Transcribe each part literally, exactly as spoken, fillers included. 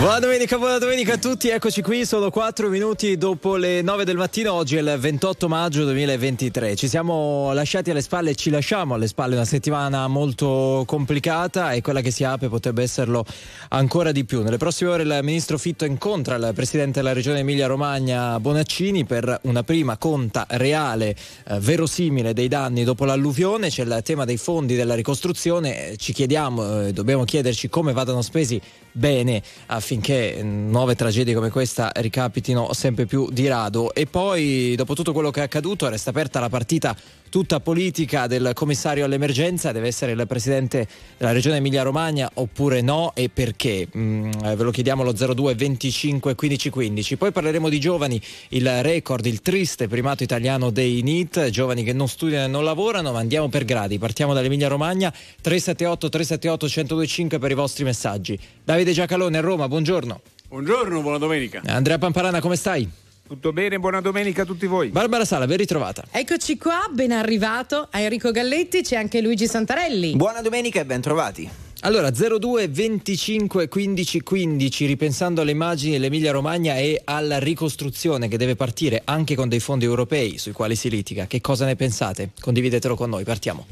Buona domenica, buona domenica a tutti, eccoci qui, sono quattro minuti dopo le nove del mattino, oggi è il ventotto maggio duemilaventitré, ci siamo lasciati alle spalle e ci lasciamo alle spalle una settimana molto complicata e quella che si apre potrebbe esserlo ancora di più. Nelle prossime ore il ministro Fitto incontra il presidente della regione Emilia Romagna Bonaccini per una prima conta reale, eh, verosimile dei danni dopo l'alluvione. C'è il tema dei fondi della ricostruzione, ci chiediamo, eh, dobbiamo chiederci come vadano spesi bene affinché nuove tragedie come questa ricapitino sempre più di rado. E poi, dopo tutto quello che è accaduto, resta aperta la partita tutta politica del commissario all'emergenza. Deve essere il presidente della regione Emilia Romagna oppure no, e perché? Mm, ve lo chiediamo allo zero due venticinque quindici quindici. Poi parleremo di giovani, il record, il triste primato italiano dei N I T, giovani che non studiano e non lavorano, ma andiamo per gradi. Partiamo dall'Emilia Romagna, tre sette otto tre sette otto uno zero due cinque per i vostri messaggi. Davide Giacalone a Roma, buongiorno. Buongiorno, buona domenica. Andrea Pamparana, come stai? Tutto bene, buona domenica a tutti voi. Barbara Sala, ben ritrovata. Eccoci qua, ben arrivato a Enrico Galletti, c'è anche Luigi Santarelli. Buona domenica e ben trovati. Allora, zero due venticinque quindici quindici, ripensando alle immagini dell'Emilia Romagna e alla ricostruzione che deve partire anche con dei fondi europei sui quali si litiga, che cosa ne pensate? Condividetelo con noi, partiamo.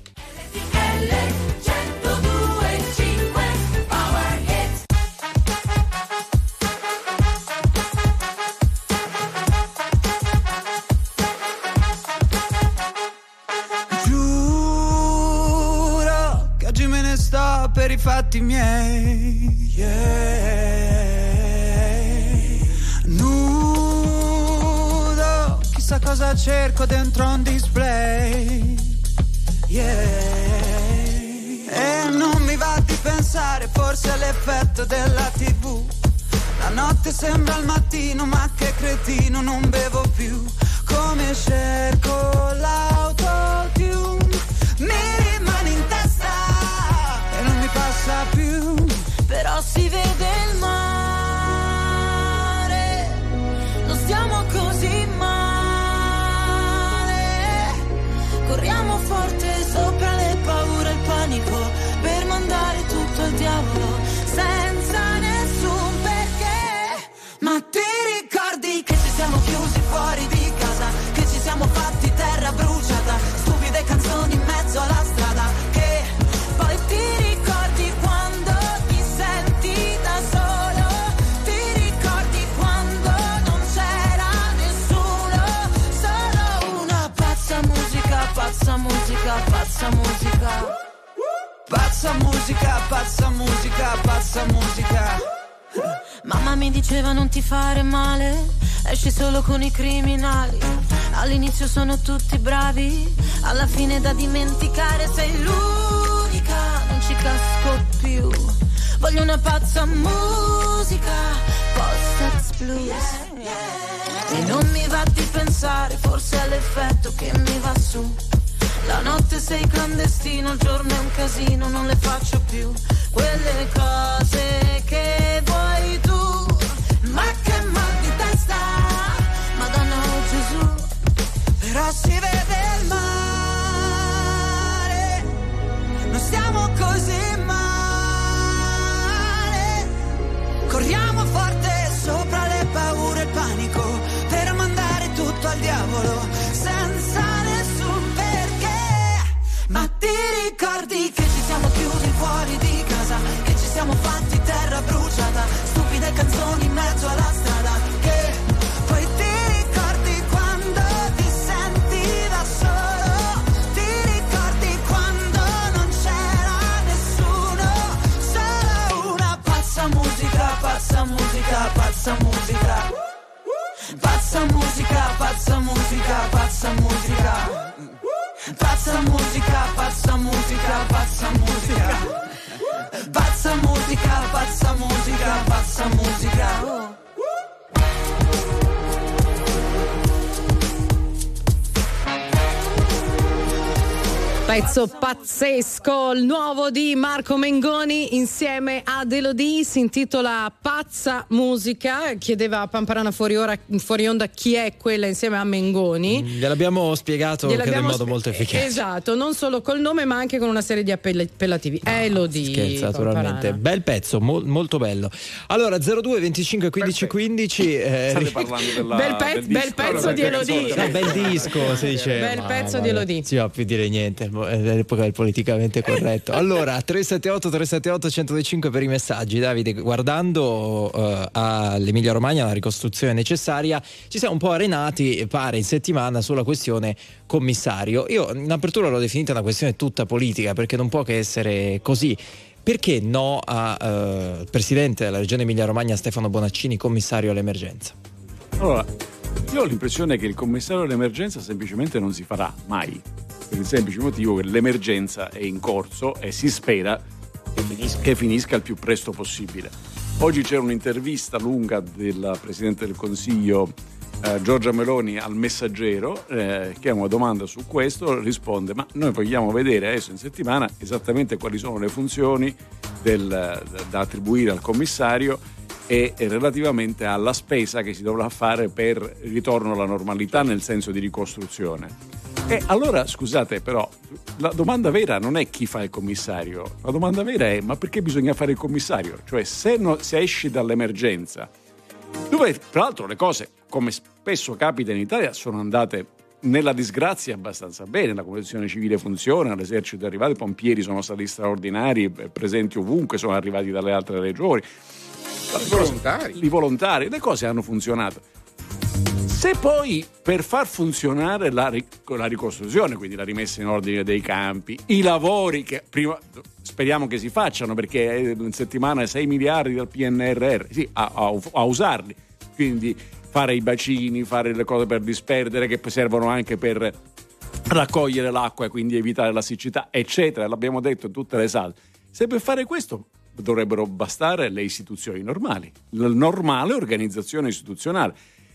Per i fatti miei, yeah. Nudo, chissà cosa cerco dentro un display, yeah. E non mi va di pensare, forse è l'effetto della tivù. La notte sembra il mattino, ma che cretino, non bevo più. Come cerco l'autotune, mi rimane in testa e non mi passa più, però si vede il mare, non stiamo così male, corriamo forte sopra le paure e il panico per mandare tutto al diavolo senza nessun perché. Ma ti ricordi che ci siamo chiusi fuori di casa, che ci siamo fatti terra bruciata, stupide canzoni in mezzo alla strada, che poi ti ricordi quando ti senti da solo, ti ricordi quando non c'era nessuno, solo una pazza musica, pazza musica, pazza musica, pazza musica, pazza musica, pazza musica. Mamma mi diceva non ti fare male, esci solo con i criminali, all'inizio sono tutti bravi, alla fine da dimenticare sei l'unica, non ci casco più, voglio una pazza musica, post-sex blues, e non mi va di pensare, forse è l'effetto che mi va su, la notte sei clandestino, il giorno è un casino, non le faccio più, quelle cose che vuoi tu, ma che mal di testa, Madonna oh Gesù, però si vede il mare, non stiamo così male, corriamo forte sopra le paure e il panico per mandare tutto al diavolo senza nessun perché. Ma ti ricordi che ci siamo chiusi fuori di casa, che ci siamo fatti terra bruciata, stupide canzoni in mezzo alla strada, che poi ti ricordi quando ti senti da solo, ti ricordi quando non c'era nessuno, solo una pazza musica, pazza musica, pazza musica, pazza musica, pazza musica, pazza musica, pazza musica, pazza musica, pazza musica, pazza musica, pazza musica, pazza musica. Pezzo pazzesco, il nuovo di Marco Mengoni insieme ad Elodie, si intitola Pazza Musica. Chiedeva Pamparana fuori, ora, fuori onda chi è quella insieme a Mengoni. Gliel'abbiamo spiegato credo in modo molto efficace. Esatto, non solo col nome ma anche con una serie di appellativi. No, Elodie. Scherza, naturalmente. Bel pezzo, mo- molto bello. Allora zero due venticinque quindici quindici eh, State parlando della, bel, pe- del bel pezzo di Elodie. No, bel disco si dice. Bel pezzo di Elodie. Si va più dire niente, è l'epoca del politicamente corretto. Allora tre sette otto tre sette otto uno zero cinque per i messaggi. Davide, guardando uh, all'Emilia Romagna la ricostruzione necessaria, ci siamo un po' arenati, pare, in settimana sulla questione commissario. Io in apertura l'ho definita una questione tutta politica, perché non può che essere così. Perché no al uh, presidente della regione Emilia Romagna Stefano Bonaccini commissario all'emergenza? Allora, io ho l'impressione che il commissario all'emergenza semplicemente non si farà mai, per il semplice motivo che l'emergenza è in corso e si spera che finisca, che finisca il più presto possibile. Oggi c'era un'intervista lunga del Presidente del Consiglio eh, Giorgia Meloni al Messaggero, eh, che a una domanda su questo risponde: ma noi vogliamo vedere adesso in settimana esattamente quali sono le funzioni del, da, da attribuire al commissario e, e relativamente alla spesa che si dovrà fare per il ritorno alla normalità nel senso di ricostruzione. E allora, scusate, però, la domanda vera non è chi fa il commissario, la domanda vera è: ma perché bisogna fare il commissario? Cioè, se, no, se esci dall'emergenza, dove tra l'altro le cose, come spesso capita in Italia, sono andate nella disgrazia abbastanza bene, la protezione civile funziona, l'esercito è arrivato, i pompieri sono stati straordinari, presenti ovunque, sono arrivati dalle altre regioni, i volontari. I volontari, le cose hanno funzionato. Se poi per far funzionare la, ric- la ricostruzione, quindi la rimessa in ordine dei campi, i lavori che prima speriamo che si facciano, perché in settimana sei miliardi dal P N R R, sì, a, a, a usarli, quindi fare i bacini, fare le cose per disperdere che servono anche per raccogliere l'acqua e quindi evitare la siccità, eccetera, l'abbiamo detto in tutte le sale. Se per fare questo dovrebbero bastare le istituzioni normali, la normale organizzazione istituzionale.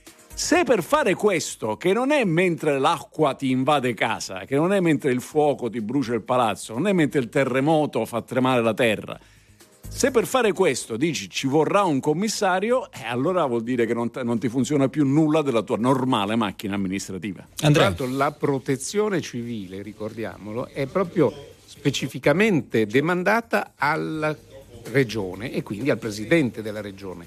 Se per fare questo, che non è mentre l'acqua ti invade casa, che non è mentre il fuoco ti brucia il palazzo, non è mentre il terremoto fa tremare la terra, se per fare questo dici ci vorrà un commissario, eh, allora vuol dire che non, t- non ti funziona più nulla della tua normale macchina amministrativa. Tra l'altro la protezione civile, ricordiamolo, è proprio specificamente demandata alla regione e quindi al presidente della regione.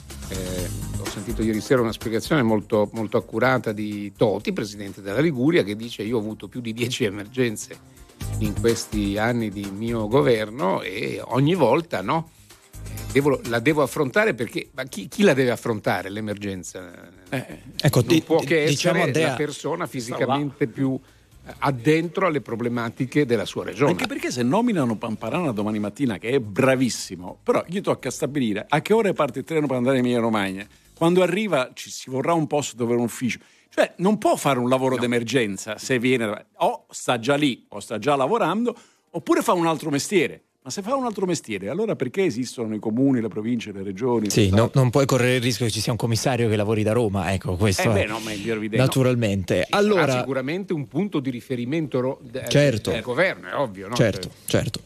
Eh, ho sentito ieri sera una spiegazione molto, molto accurata di Toti, presidente della Liguria, che dice: io ho avuto più di dieci emergenze in questi anni di mio governo e ogni volta no, devo, la devo affrontare perché ma chi, chi la deve affrontare l'emergenza? Eh, ecco, non di, può che essere diciamo, Andrea, la persona fisicamente più addentro alle problematiche della sua regione. Anche perché se nominano Pamparana domani mattina, che è bravissimo, però gli tocca stabilire a che ore parte il treno per andare in Emilia Romagna, quando arriva ci si vorrà un posto dove un ufficio, cioè non può fare un lavoro no. d'emergenza se viene o sta già lì o sta già lavorando, oppure fa un altro mestiere. Ma se fa un altro mestiere, allora perché esistono i comuni, le province, le regioni? Sì, no, non puoi correre il rischio che ci sia un commissario che lavori da Roma, ecco, questo eh beh, è no, ma è naturalmente. No. Allora, sicuramente un punto di riferimento ro- certo. del governo, è ovvio, no? Certo, certo.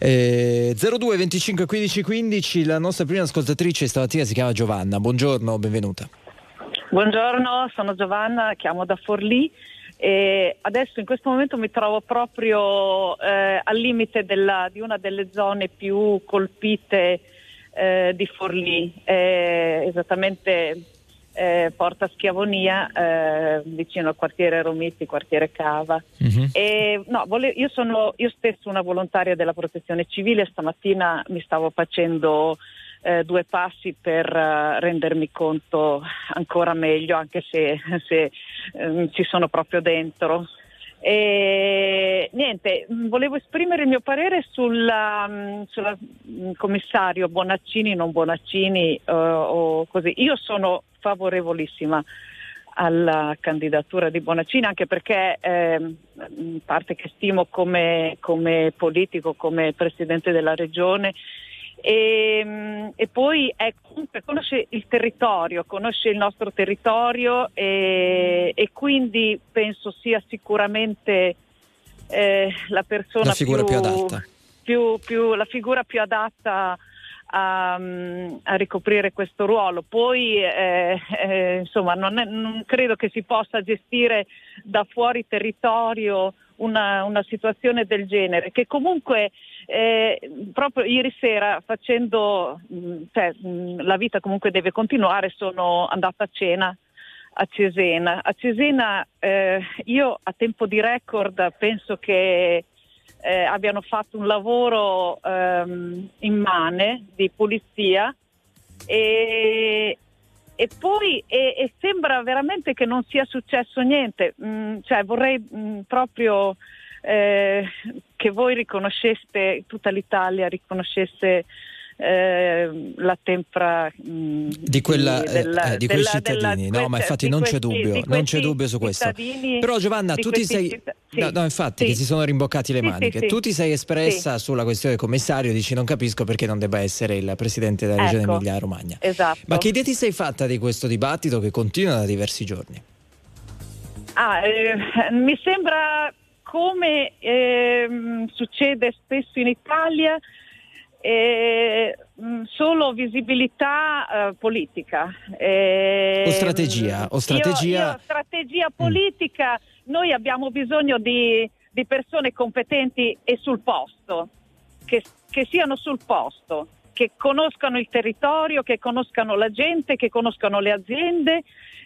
Eh, zero due venticinque quindici quindici, la nostra prima ascoltatrice stamattina si chiama Giovanna. Buongiorno, benvenuta. Buongiorno, sono Giovanna, chiamo da Forlì. E adesso in questo momento mi trovo proprio eh, al limite della, di una delle zone più colpite eh, di Forlì, eh, esattamente eh, Porta Schiavonia, eh, vicino al quartiere Romiti, quartiere Cava. Mm-hmm. E, no, vole- io sono io stesso una volontaria della Protezione Civile. Stamattina mi stavo facendo Eh, due passi per uh, rendermi conto ancora meglio, anche se, se um, ci sono proprio dentro. E niente, volevo esprimere il mio parere sulla, um, sulla um, commissario Bonaccini, non Bonaccini uh, o così. Io sono favorevolissima alla candidatura di Bonaccini, anche perché eh, in parte che stimo come, come politico, come presidente della regione. E, e poi è, comunque conosce il territorio, conosce il nostro territorio e, e quindi penso sia sicuramente eh, la persona la figura più, più adatta. Più, più, la figura più adatta a, a ricoprire questo ruolo. Poi eh, eh, insomma non, è, non credo che si possa gestire da fuori territorio una, una situazione del genere, che comunque eh, proprio ieri sera facendo mh, cioè, mh, la vita comunque deve continuare, sono andata a cena a Cesena. A Cesena eh, io a tempo di record penso che Eh, abbiano fatto un lavoro ehm, immane di pulizia e, e poi e, e sembra veramente che non sia successo niente. Mm, cioè vorrei mm, proprio eh, che voi riconosceste, tutta l'Italia riconoscesse eh, la tempra mh, di, quella, di, della, eh, di quei della, cittadini, della, no? Ma infatti di non questi, c'è dubbio, questi non c'è dubbio su questo. Però Giovanna, tu ti sei citt- sì, no, no, infatti sì. che si sono rimboccati le sì, maniche. Sì, tu ti sei espressa sì. sulla questione del commissario, dici non capisco perché non debba essere il presidente della regione ecco, Emilia Romagna. Esatto. Ma che idea ti sei fatta di questo dibattito che continua da diversi giorni? Ah, eh, mi sembra come eh, succede spesso in Italia, eh, solo visibilità eh, politica eh, o strategia o strategia io, io, strategia politica. mm. Noi abbiamo bisogno di, di persone competenti e sul posto, che, che siano sul posto, che conoscano il territorio, che conoscano la gente, che conoscano le aziende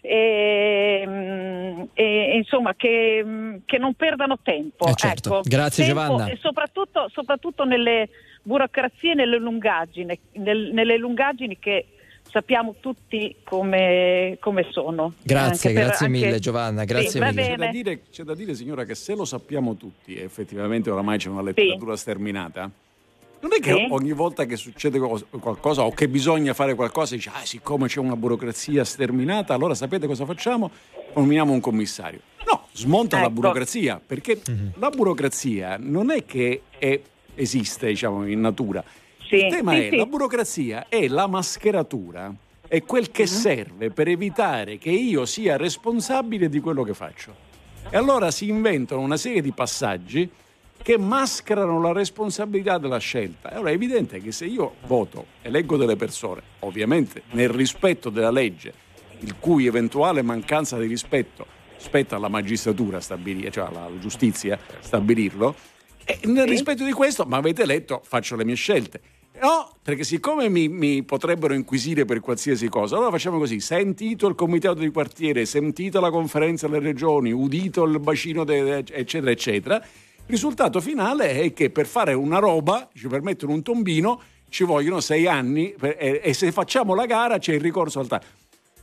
e, e insomma che, che non perdano tempo. Eh certo. Ecco, Grazie tempo, Giovanna. e soprattutto, soprattutto nelle burocrazie, nelle lungaggini, nel, nelle lungaggini che sappiamo tutti come, come sono. Grazie, Anche per, grazie anche... mille Giovanna, grazie sì, mille. C'è da, dire, c'è da dire signora che se lo sappiamo tutti, e effettivamente oramai c'è una letteratura sì. sterminata, non è che sì. ogni volta che succede qualcosa o che bisogna fare qualcosa dice ah siccome c'è una burocrazia sterminata allora sapete cosa facciamo? Nominiamo un commissario. No, smonta ecco. la burocrazia, perché mm-hmm. la burocrazia non è che è, esiste diciamo in natura. Sì, il tema sì, è sì. la burocrazia è la mascheratura, è quel che mm-hmm. serve per evitare che io sia responsabile di quello che faccio. E allora si inventano una serie di passaggi che mascherano la responsabilità della scelta. Allora è evidente che se io voto, eleggo delle persone, ovviamente nel rispetto della legge, il cui eventuale mancanza di rispetto spetta alla magistratura stabilire, cioè alla giustizia stabilirlo, e nel sì. rispetto di questo, ma avete eletto, faccio le mie scelte. No, perché siccome mi, mi potrebbero inquisire per qualsiasi cosa, allora facciamo così: sentito il comitato di quartiere, sentita la conferenza delle regioni, udito il bacino de, eccetera eccetera. Il risultato finale è che per fare una roba, ci permettono un tombino, ci vogliono sei anni per, e, e se facciamo la gara c'è il ricorso al T A R.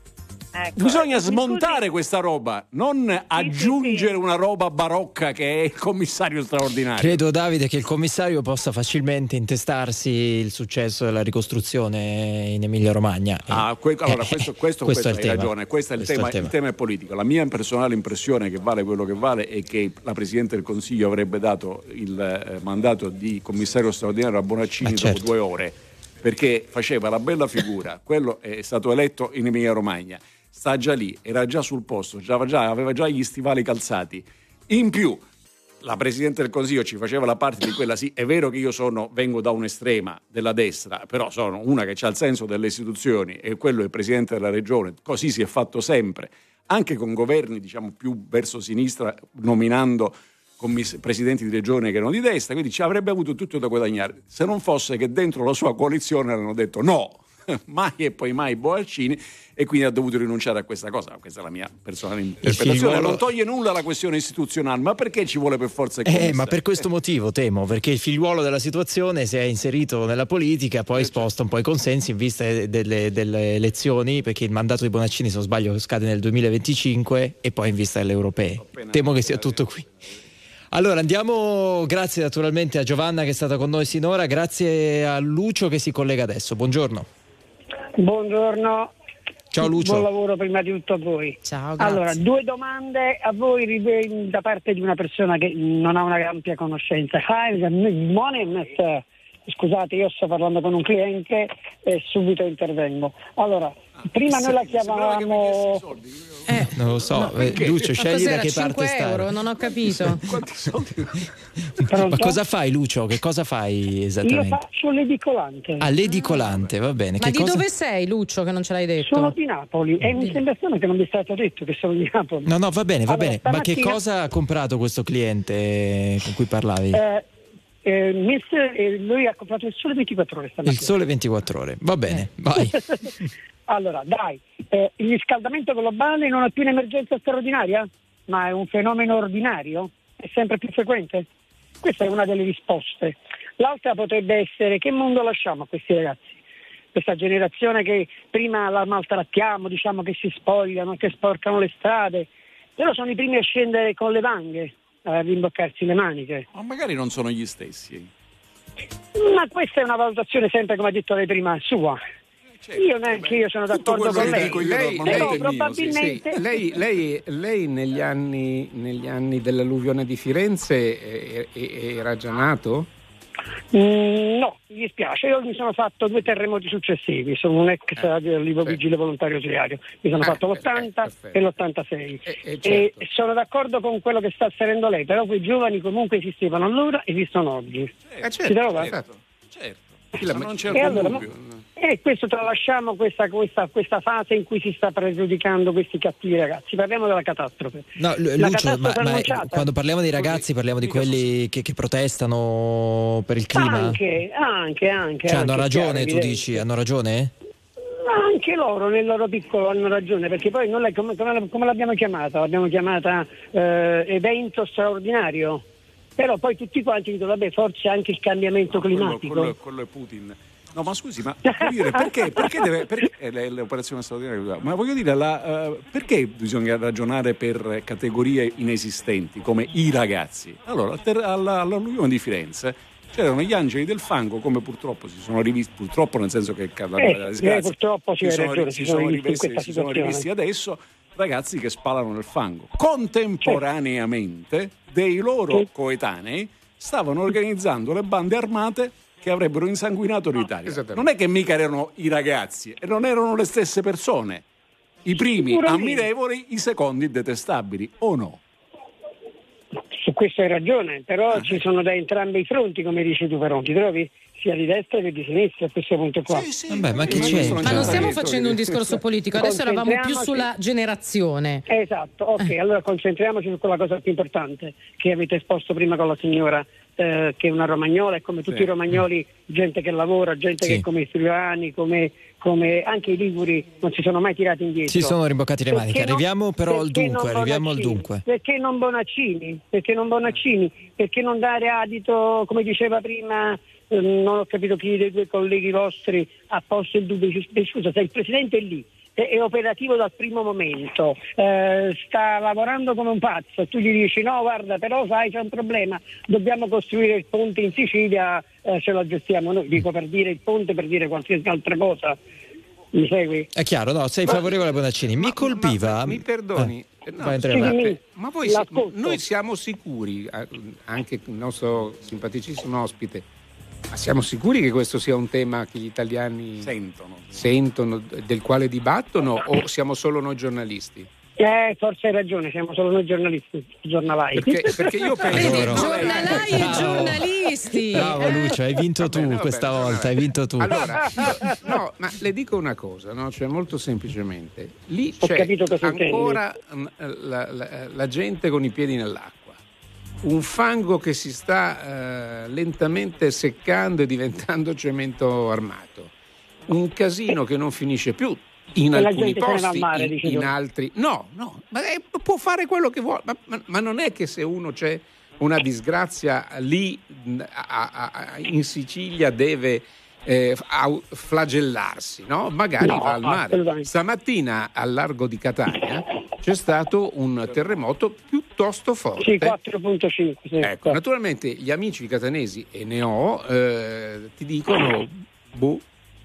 Ecco, bisogna smontare scusi. questa roba, non sì, aggiungere sì, sì. una roba barocca che è il commissario straordinario. Credo, Davide, che il commissario possa facilmente intestarsi il successo della ricostruzione in Emilia Romagna. Ah, que- allora questo, questo, questo, questo hai ragione, questo è il, questo tema, è il tema. Il tema è politico. La mia personale impressione, che vale quello che vale, è che la Presidente del Consiglio avrebbe dato il eh, mandato di commissario straordinario a Bonaccini dopo certo. due ore, perché faceva la bella figura. Quello è stato eletto in Emilia Romagna. Sta già lì, era già sul posto, già, già, aveva già gli stivali calzati. In più, la Presidente del Consiglio ci faceva la parte di quella, sì, è vero che io sono, vengo da un'estrema della destra, però sono una che ha il senso delle istituzioni e quello è il Presidente della Regione, così si è fatto sempre, anche con governi diciamo più verso sinistra, nominando commiss- presidenti di regione che erano di destra, quindi ci avrebbe avuto tutto da guadagnare, se non fosse che dentro la sua coalizione hanno detto no, mai e poi mai Bonaccini, e quindi ha dovuto rinunciare a questa cosa. Questa è la mia personale interpretazione. Figliuolo... non toglie nulla alla questione istituzionale, ma perché ci vuole per forza il eh, ma per questo motivo temo, perché il figliuolo della situazione si è inserito nella politica, poi eh, sposta un po' i consensi in vista delle, delle elezioni, perché il mandato di Bonaccini, se non sbaglio, scade nel duemilaventicinque, e poi in vista delle europee. Appena temo che sia tutto qui. Allora andiamo, grazie naturalmente a Giovanna che è stata con noi sinora, grazie a Lucio che si collega adesso. Buongiorno. Buongiorno. Ciao Lucio. Buon lavoro prima di tutto a voi. Ciao, grazie. Allora, due domande a voi da parte di una persona che non ha una ampia conoscenza. Hi, good morning, mister scusate, io sto parlando con un cliente e subito intervengo. Allora, prima noi la chiamavamo... Eh, non lo so, no, eh, Lucio, scegli da che parte cinque euro, stare. non ho capito. Quanti soldi? Ma cosa fai, Lucio? Che cosa fai esattamente? Io faccio l'edicolante. Ah, l'edicolante, va bene. Ma che di cosa... dove sei, Lucio, che non ce l'hai detto? Sono di Napoli e mi sembra strano che non mi è stato detto che sono di Napoli. No, no, va bene, va Allora, bene. Ma che stamattina- cosa ha comprato questo cliente con cui parlavi? Eh, eh, mister, eh, lui ha comprato il Sole ventiquattro ore stamattina. Il Sole ventiquattro ore. Va bene, vai. Allora, dai, eh, il riscaldamento globale non è più un'emergenza straordinaria, ma è un fenomeno ordinario? È sempre più frequente? Questa è una delle risposte. L'altra potrebbe essere: che mondo lasciamo a questi ragazzi? Questa generazione che prima la maltrattiamo, diciamo che si spogliano, che sporcano le strade, però sono i primi a scendere con le vanghe, a rimboccarsi le maniche. Ma magari non sono gli stessi. Ma questa è una valutazione sempre, come ha detto lei prima, sua. Certo, Io neanche io sono tutto d'accordo quello con che lei. dico io Lei, normalmente però è mio, probabilmente Sì, lei, lei, lei negli anni, negli anni dell'alluvione di Firenze eh, eh, era già nato? Mm, no, mi dispiace, io mi sono fatto due terremoti successivi, sono un ex Eh, arrivo sì. vigile volontario ausiliario, mi sono Ah, fatto l'ottanta eh, perfetto. e l'ottantasei Eh, eh, e certo. sono d'accordo con quello che sta asserendo lei, però quei giovani comunque esistevano allora, esistono oggi. Eh, Si trova? certo. Certo. Chi la- Ma non c'è E alcun allora, dubbio. E questo tralasciamo questa, questa, questa fase in cui si sta pregiudicando questi cattivi ragazzi. Parliamo della catastrofe. No, Lu- La Lucio, ma, catastrofe ma annunciata. quando parliamo dei ragazzi parliamo di quelli che, che protestano per il clima? Anche, anche, anche. Cioè anche, hanno ragione, chiaro, tu evidente. dici? Hanno ragione? Ma anche loro nel loro piccolo hanno ragione, perché poi noi la- come, come- come l'abbiamo chiamata? L'abbiamo chiamata eh, evento straordinario, però poi tutti quanti dicono vabbè, forse anche il cambiamento No, quello, climatico. quello, quello è Putin. No, ma scusi, ma voglio dire, perché, perché deve perché, eh, le- l'operazione straordinaria? Ma voglio dire, la, eh, perché bisogna ragionare per categorie inesistenti come i ragazzi? Allora, al ter- alla- all'alluvione di Firenze c'erano gli angeli del fango, come purtroppo si sono rivisti, purtroppo nel senso che la, Eh, la lei disgrazia, purtroppo ci si hai sono, ragione, si si sono sono rivisti in rivisti, questa si sono situazione. rivisti adesso ragazzi che spalano nel fango. Contemporaneamente dei loro Sì. coetanei stavano organizzando le bande armate che avrebbero insanguinato l'Italia. Esattamente. Non è che mica erano i ragazzi, e non erano le stesse persone. I primi Sicuramente. ammirevoli, i secondi detestabili, o no? Su questo hai ragione, però Ah. ci sono da entrambi i fronti, come dici tu, però ti trovi sia di destra che di sinistra a questo punto qua. Vabbè, ma che questo c'entra? non Ma non c'entra stiamo niente, facendo un voglio dire. discorso politico, adesso eravamo più Concentriamoci- sulla generazione. Esatto, ok, allora concentriamoci su quella cosa più importante che avete esposto prima con la signora, eh, che è una romagnola e come tutti Sì. i romagnoli, gente che lavora, gente Sì. che come i friulani, come, come anche i liguri non si sono mai tirati indietro. Si sono rimboccati le Perché maniche. non- Arriviamo però al perché dunque, non arriviamo al Bonaccini? dunque. Perché non Bonaccini? Perché non Bonaccini? Perché non dare adito, come diceva prima, eh, non ho capito chi dei due colleghi vostri ha posto il dubbio, dice, scusa, se il Presidente è lì, è, è operativo dal primo momento, eh, sta lavorando come un pazzo e tu gli dici no guarda però sai c'è un problema, dobbiamo costruire il ponte in Sicilia, eh, ce lo gestiamo noi, dico per dire il ponte, per dire qualsiasi altra cosa. Mi segui? È chiaro, no, sei favorevole a Bonaccini. Mi Ma- colpiva. ma- mi perdoni, Eh, no, vai, Andrea, sì, vai. sì, Scusate, ma voi si- L'ascolto. noi siamo sicuri, eh, anche il nostro simpaticissimo ospite, ma siamo sicuri che questo sia un tema che gli italiani Sentono. sentono, del quale dibattono, o siamo solo noi giornalisti? Eh, forse hai ragione, siamo solo noi giornalisti, giornalai. Perché, perché io penso... Vedi, Adoro. giornalai e Bravo. giornalisti. Bravo Eh. Lucio, hai vinto tu Vabbè, no, questa vabbè, volta, vabbè. hai vinto tu. Allora, io- no, ma le dico una cosa, no? Cioè molto semplicemente, lì Ho c'è capito cosa ancora mm, la, la- la gente con i piedi nell'acqua, un fango che si sta eh, lentamente seccando e diventando cemento armato, un casino che non finisce più. In E la alcuni gente se ne va al posti, mare, in, dici in tu. altri no, no, ma è- può fare quello che vuole, ma, ma- ma non è che se uno c'è una disgrazia lì mh, a- a- a- in Sicilia deve eh, au- flagellarsi, no? Magari No, va al mare. assolutamente. Stamattina al largo di Catania c'è stato un terremoto piuttosto forte. Sì, quattro virgola cinque. Sì. Ecco, naturalmente gli amici catanesi, e ne ho, eh, ti dicono, boh,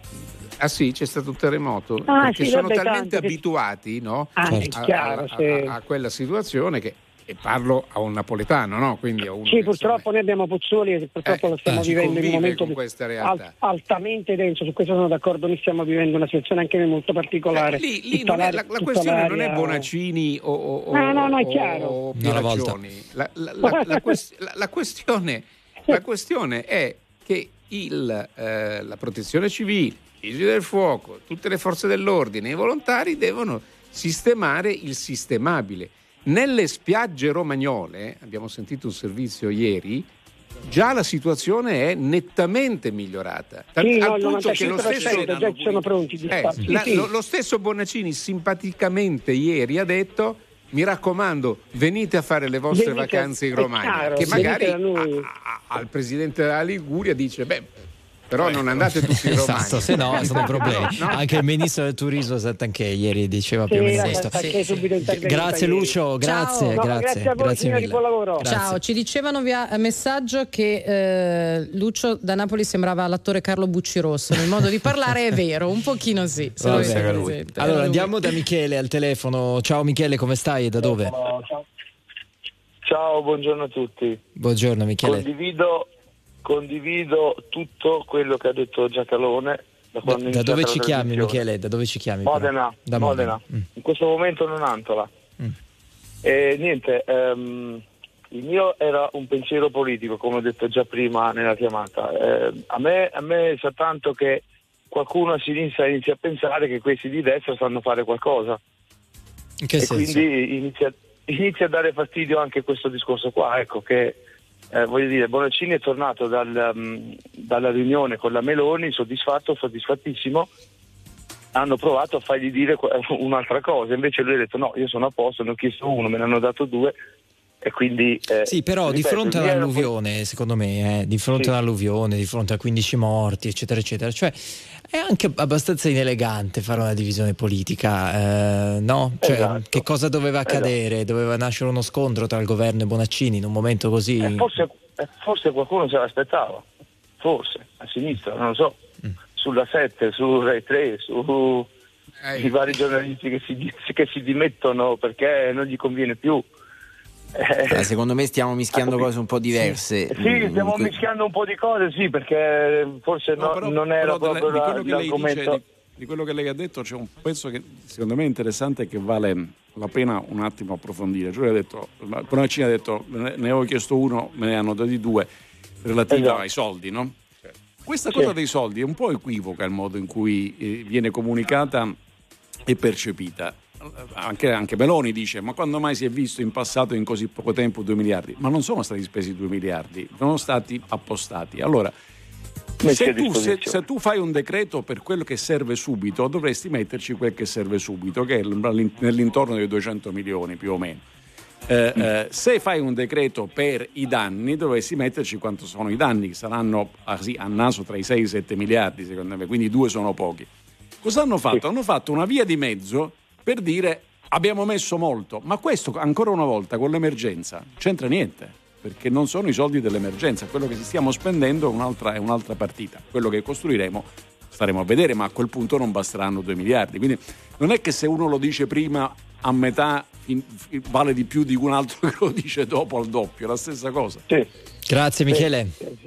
ah sì, c'è stato un terremoto, Ah, perché sì, sono vabbè, talmente tanto che- abituati, no? Ah, Certo. è chiaro, a, sì. a- a quella situazione che e parlo a un napoletano, no? Quindi a uno sì, che, purtroppo insomma, noi abbiamo Pozzuoli e purtroppo eh, lo stiamo ci vivendo in un convive momento con questa realtà. Alt- altamente denso, su questo sono d'accordo, noi stiamo vivendo una situazione anche noi molto particolare. Eh, lì lì non è, la, la questione non è Bonaccini o, o, no, no, no, è o, chiaro. o Pieraccioni. La, la, la, la, quest- la, la, questione, la questione è che il, eh, la protezione civile, i vigili del fuoco, tutte le forze dell'ordine, i volontari devono sistemare il sistemabile. Nelle spiagge romagnole, abbiamo sentito un servizio ieri, già la situazione è nettamente migliorata. Sì, al no, punto che lo stesso, già sono pronti. eh, sì, la, sì. Lo, lo stesso Bonaccini simpaticamente ieri ha detto: mi raccomando, venite a fare le vostre Venite, vacanze in è Romagna, chiaro, che magari venite da noi. a- a- al presidente della Liguria dice: beh, però non andate tutti in Romagna. Esatto, se no sono problemi. No, no. Anche il ministro del turismo Santanchè ieri diceva più o Sì, meno la questo. Santanchè subito intervenuta Grazie ieri. Lucio, grazie, Ciao. No, grazie, grazie a voi, grazie signori, mille. buon lavoro. Grazie. Ciao, ci dicevano via messaggio che eh, Lucio da Napoli sembrava l'attore Carlo Buccirosso nel modo di parlare, è vero, un pochino sì. Se lo Vabbè. avete Era lui. presente. Allora Era lui. andiamo da Michele al telefono. Ciao Michele, come stai e da dove? Ciao, buongiorno a tutti. Buongiorno Michele. Condivido, condivido tutto quello che ha detto Giacalone. Da, Da, quando è da dove iniziata ci la chiami trasmissione. Michele? Da dove ci chiami? però? Modena, Da Modena. Mm. In questo momento non Antola. Mm. E niente, ehm, il mio era un pensiero politico, come ho detto già prima nella chiamata. Eh, a me, a me sa tanto che qualcuno a sinistra inizia a pensare che questi di destra sanno fare qualcosa. In che e senso? quindi inizia, inizia a dare fastidio anche questo discorso qua, ecco che eh, voglio dire, Bonaccini è tornato dal, um, dalla riunione con la Meloni soddisfatto, soddisfattissimo. Hanno provato a fargli dire un'altra cosa, invece lui ha detto no, io sono a posto, ne ho chiesto uno, me ne hanno dato due e quindi eh, Sì, però ripeto, di fronte il mio era un po'- all'alluvione, secondo me, eh, di fronte Sì. all'alluvione, di fronte a quindici morti, eccetera, eccetera, cioè è anche abbastanza inelegante fare una divisione politica, eh, no? Cioè, Esatto. che cosa doveva accadere? Doveva nascere uno scontro tra il governo e Bonaccini in un momento così. Eh, forse, eh, forse qualcuno se l'aspettava, forse a sinistra, non lo so, Mm. sulla sette, su Rai tre, su Eh, i vari giornalisti che si, che si dimettono perché non gli conviene più. Eh, Eh, secondo me stiamo mischiando cose un po' diverse. sì, stiamo Mm, que- mischiando un po' di cose, sì, perché forse No, no- però- non era però proprio di la- quello che lei l'argomento. dice, di, di quello che lei ha detto c'è un pezzo che secondo me è interessante e che vale la pena un attimo approfondire. Cioè, ha detto, Bonaccini ha detto ne ne avevo chiesto uno, me ne hanno dati due relativi Esatto. ai soldi, no? Questa Sì. cosa dei soldi è un po' equivoca il modo in cui eh, viene comunicata e percepita. Anche, anche Meloni dice: ma quando mai si è visto in passato in così poco tempo due miliardi? Ma non sono stati spesi due miliardi, sono stati appostati. Allora, Messi se a tu, se, disposizione. se tu fai un decreto per quello che serve subito, dovresti metterci quel che serve subito, che è l- nell'intorno dei duecento milioni più o meno. Eh, eh, se fai un decreto per i danni, dovresti metterci quanto sono i danni, che saranno ah, sì, a naso tra i sei e i sette miliardi, secondo me, quindi due sono pochi. Cosa hanno fatto? Hanno fatto una via di mezzo per dire abbiamo messo molto, ma questo ancora una volta con l'emergenza c'entra niente, perché non sono i soldi dell'emergenza, quello che stiamo spendendo è un'altra, è un'altra partita, quello che costruiremo staremo a vedere, ma a quel punto non basteranno due miliardi, quindi non è che se uno lo dice prima a metà in, vale di più di un altro che lo dice dopo al doppio, è la stessa cosa. Sì, Grazie Michele.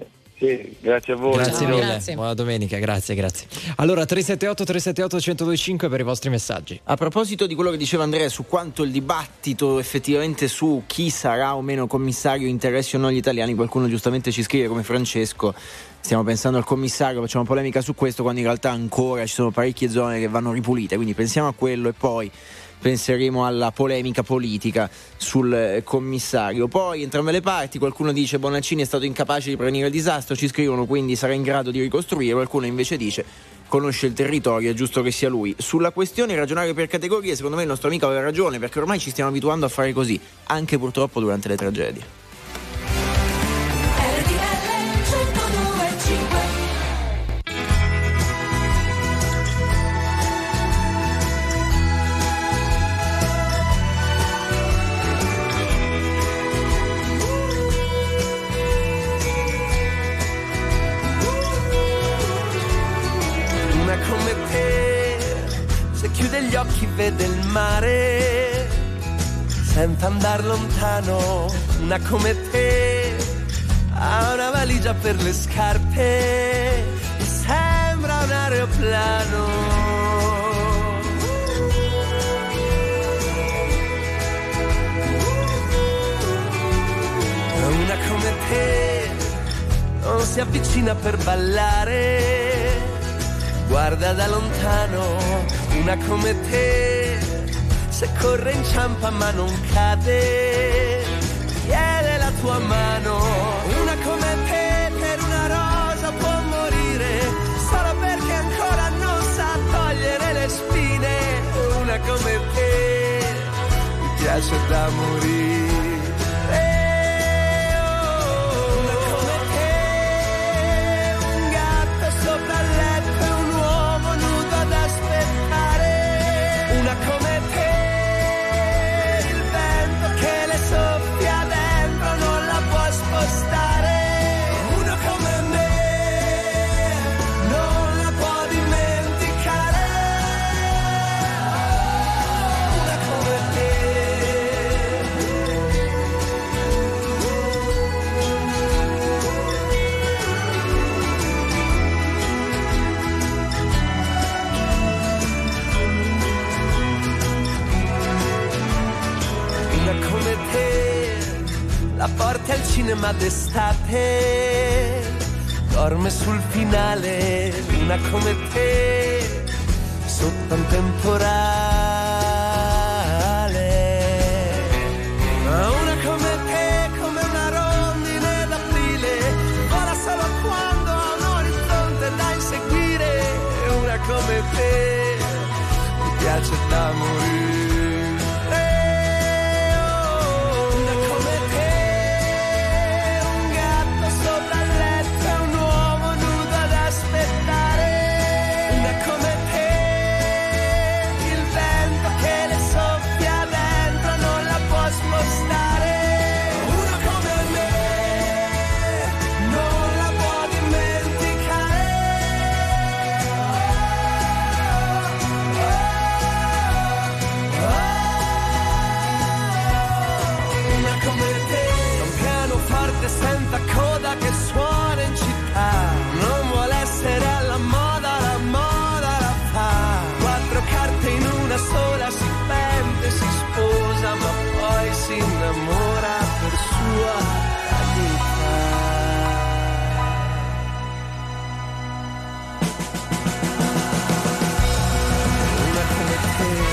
sì, grazie a voi. Grazie Ciao, mille, grazie. buona domenica, grazie, grazie. Allora tre sette otto tre sette otto uno zero due cinque per i vostri messaggi. A proposito di quello che diceva Andrea su quanto il dibattito effettivamente su chi sarà o meno commissario interessi o no gli italiani, qualcuno giustamente ci scrive come Francesco: stiamo pensando al commissario, facciamo polemica su questo quando in realtà ancora ci sono parecchie zone che vanno ripulite, quindi pensiamo a quello e poi penseremo alla polemica politica sul eh, commissario. Poi entrambe le parti, qualcuno dice Bonaccini è stato incapace di prevenire il disastro, ci scrivono quindi sarà in grado di ricostruire, qualcuno invece dice conosce il territorio, è giusto che sia lui. Sulla questione ragionare per categorie, secondo me il nostro amico aveva ragione, perché ormai ci stiamo abituando a fare così, anche purtroppo durante le tragedie. Una come te, se chiude gli occhi vede il mare, senza andar lontano. Una come te ha una valigia per le scarpe e sembra un aeroplano. Una come te non si avvicina per ballare, guarda da lontano. Una come te se corre inciampa ma non cade, chiede la tua mano. Una come te per una rosa può morire solo perché ancora non sa togliere le spine. Una come te mi piace da morire. Come te, il vento che le soffia dentro non la può spostare. Uno come me non la può dimenticare. Una come te. Come te la porti al cinema d'estate, dorme sul finale. Una come te sotto un temporale. Una come te come una rondine d'aprile, vola solo quando ha un orizzonte da inseguire. Una come te mi piace da morire. Senza coda che suona in città, non vuole essere alla moda, la moda la fa. Quattro carte in una sola, si pente, si sposa, ma poi si innamora per sua dignità. Una come te.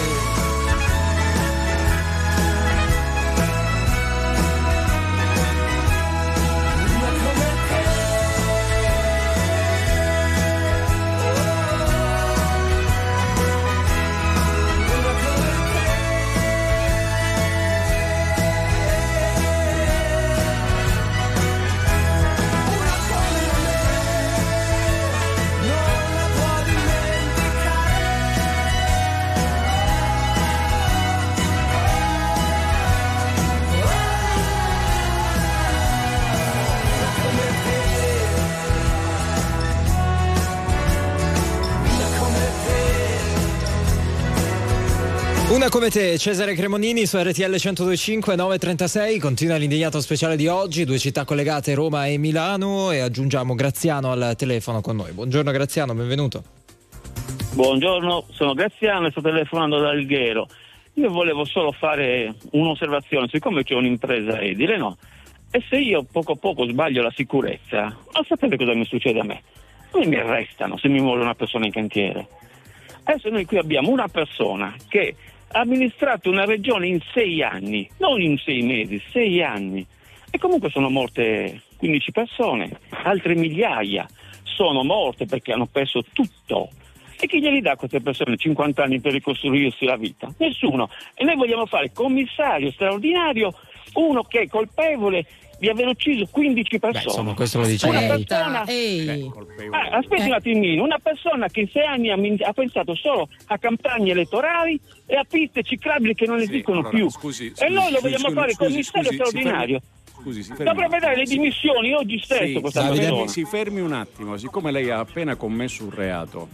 Una come te, Cesare Cremonini su R T L centodue e cinque, nove e trentasei. Continua l'indignato speciale di oggi, due città collegate, Roma e Milano, e aggiungiamo Graziano al telefono con noi. Buongiorno Graziano, benvenuto. Buongiorno, sono Graziano e sto telefonando da Alghero. Io volevo solo fare un'osservazione, siccome c'è un'impresa edile, no? E se io poco a poco sbaglio la sicurezza, non sapete cosa mi succede a me? A me mi arrestano se mi muore una persona in cantiere. Adesso noi qui abbiamo una persona che ha amministrato una regione in sei anni, non in sei mesi, sei anni. E comunque sono morte quindici persone, altre migliaia sono morte perché hanno perso tutto. E chi glieli dà a queste persone cinquanta anni per ricostruirsi la vita? Nessuno. E noi vogliamo fare commissario straordinario, uno che è colpevole di aver ucciso quindici persone. Beh, insomma, questo lo dice una lei. persona, Ehi. ah, aspetti eh. un attimino, una persona che in sei anni ha, ha pensato solo a campagne elettorali e a piste ciclabili che non sì, esistono allora, più. Scusi, e noi lo vogliamo scusi, fare scusi, commissario scusi, straordinario. Scusi, si fermi. Dovrebbe dare le dimissioni oggi stesso sì, questa si persona. fermi, si fermi un attimo, siccome lei ha appena commesso un reato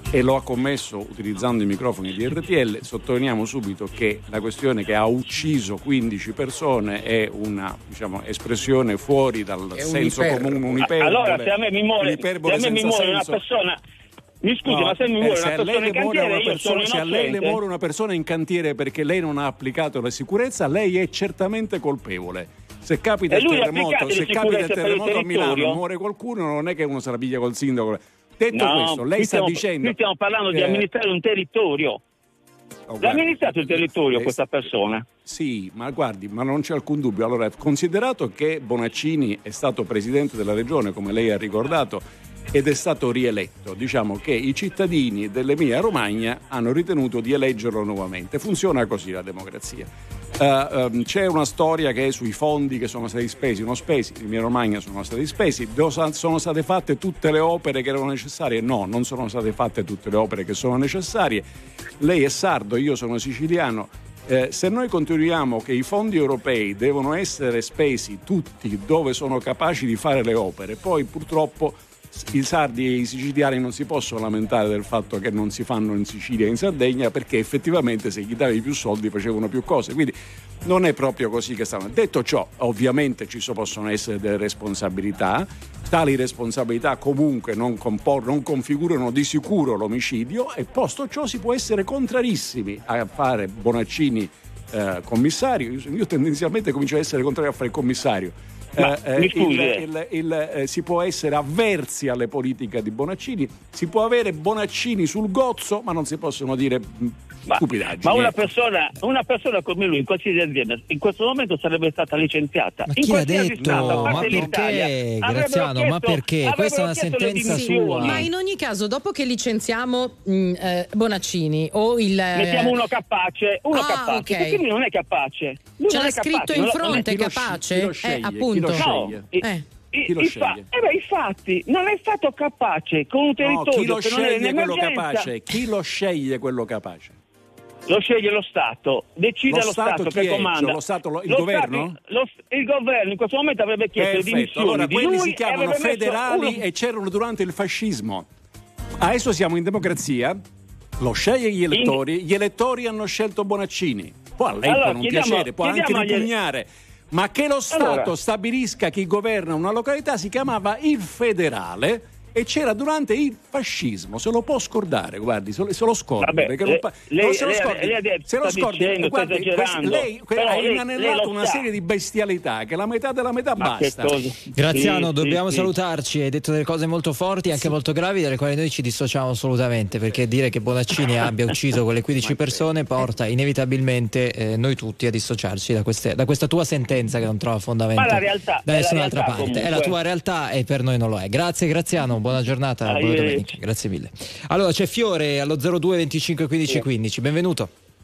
e lo ha commesso utilizzando i microfoni di R T L. Sottolineiamo subito che la questione che ha ucciso quindici persone è una, diciamo, espressione fuori dal È senso un'iper- comune, un'iperbole. Allora se a me mi muore, un'iperbole se a me mi senza muore una senso. persona, mi scusi, No, ma se mi eh, muore se una a lei persona in le muore cantiere, una io sono persona- se a lei le innocente. muore una persona in cantiere perché lei non ha applicato la sicurezza, lei è certamente colpevole. Se capita E il lui ha terremoto, applicato se le capita il sicurezze per il terremoto a Milano territorio? e muore qualcuno, non è che uno se la piglia col sindaco. Detto No, questo, lei qui sta stiamo, dicendo qui stiamo parlando di eh, amministrare un territorio. oh, L'ha guardi, amministrato il territorio eh, questa persona? Sì, ma guardi, ma non c'è alcun dubbio. Allora, considerato che Bonaccini è stato presidente della regione, come lei ha ricordato, ed è stato rieletto, diciamo che i cittadini dell'Emilia Romagna hanno ritenuto di eleggerlo nuovamente. Funziona così la democrazia. Uh, um, c'è una storia che è sui fondi che sono stati spesi, non spesi, in Emilia Romagna sono stati spesi, sono state fatte tutte le opere che erano necessarie? No, non sono state fatte tutte le opere che sono necessarie. Lei è sardo, io sono siciliano. Eh, se noi continuiamo che i fondi europei devono essere spesi tutti dove sono capaci di fare le opere, poi purtroppo i sardi e i siciliani non si possono lamentare del fatto che non si fanno in Sicilia e in Sardegna, perché effettivamente se gli davi più soldi facevano più cose, quindi non è proprio così che stanno. Detto ciò, ovviamente ci so, possono essere delle responsabilità, tali responsabilità comunque non, compor- non configurano di sicuro l'omicidio, e posto ciò si può essere contrarissimi a fare Bonaccini eh, commissario. Io, io tendenzialmente comincio a essere contrario a fare il commissario. Ma, Eh, mi eh, scusi, il, eh. il, il, eh, si può essere avversi alle politiche di Bonaccini, si può avere Bonaccini sul gozzo, ma non si possono dire mh, Ma, stupidaggini. ma una ecco. persona, una persona come lui in qualsiasi azienda in questo momento sarebbe stata licenziata. Ma in chi l'ha qualsiasi detto? stato, a Ma parte l'Italia, perché, avrebbero Graziano? Ma chiesto- perché? avrebbero Questa è una chiesto le sentenza dimissioni. sua. Ma in ogni caso, dopo che licenziamo mh, eh, Bonaccini o il. Mettiamo uno capace, uno Ah, capace, ok. perché lui non è capace. Lui Ce non l'ha è capace, scritto in non lo- fronte, chi lo capace? sceglie? Chi lo eh, sceglie? appunto. Chi lo No, sceglie? i- Eh. i- Chi lo i fa- sceglie? eh beh, infatti non è stato capace con un No, territorio chi lo che non è in sceglie quello emergenza. capace? Chi lo sceglie quello capace? Lo sceglie lo Stato, decide Lo lo Stato Stato, chi che è? comanda. Cioè, lo Stato, lo- il Lo governo? Stato- lo- il governo in questo momento avrebbe chiesto le Perfetto, dimissioni allora di quelli lui si e chiamano avrebbe messo federali uno- e c'erano durante il fascismo. Adesso siamo in democrazia, lo sceglie gli elettori, gli elettori hanno scelto Bonaccini. Poi a lei Allora, può non chiediamo- piacere, può anche chiediamo agli- ripugnare, ma che lo Stato Allora. stabilisca chi governa una località si chiamava il federale. E c'era durante il fascismo, se lo può scordare, guardi, se lo, se lo scordi. Vabbè, perché lei- non pa- lei- non se lo lei- scordi, lei ha detto- se lo sta scordi, dicendo, sta guardi, esagerando. quest- lei, Però ha lei- lei inanellato lo una sa. serie di bestialità che la metà della metà Ma che basta. cosa? Graziano, Sì, dobbiamo sì, sì. salutarci. Hai detto delle cose molto forti, anche molto gravi, dalle quali noi ci dissociamo assolutamente, perché dire che Bonaccini abbia ucciso quelle quindici persone porta inevitabilmente eh, noi tutti a dissociarci da, queste- da questa tua sentenza che non trova fondamento Ma la realtà- da è la nessun'altra realtà parte. È la comunque. tua realtà e per noi non lo è. Grazie Graziano, buona giornata, buona Arrivederci. domenica. Grazie mille. Allora c'è Fiore allo zero due venticinque quindici quindici. Benvenuto.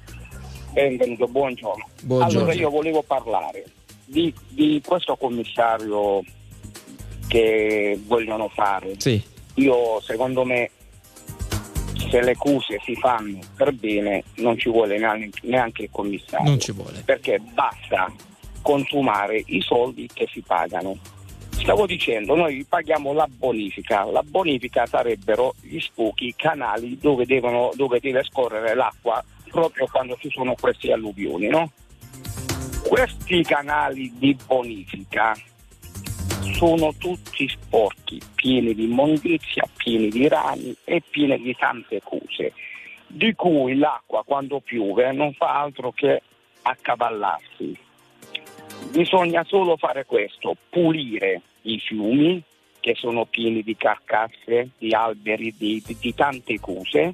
Benvenuto, buongiorno. Buongiorno. Allora io volevo parlare di, di questo commissario che vogliono fare. Sì. Io, secondo me, se le cose si fanno per bene non ci vuole neanche, neanche il commissario. Non ci vuole. Perché basta consumare i soldi che si pagano. Stavo dicendo, noi paghiamo la bonifica, la bonifica sarebbero gli spuchi, i canali dove, devono, dove deve scorrere l'acqua proprio quando ci sono queste alluvioni, no? Questi canali di bonifica sono tutti sporchi, pieni di immondizia, pieni di rami e pieni di tante cose, di cui l'acqua quando piove non fa altro che accavallarsi. Bisogna solo fare questo, pulire i fiumi che sono pieni di carcasse, di alberi, di, di, di tante cose.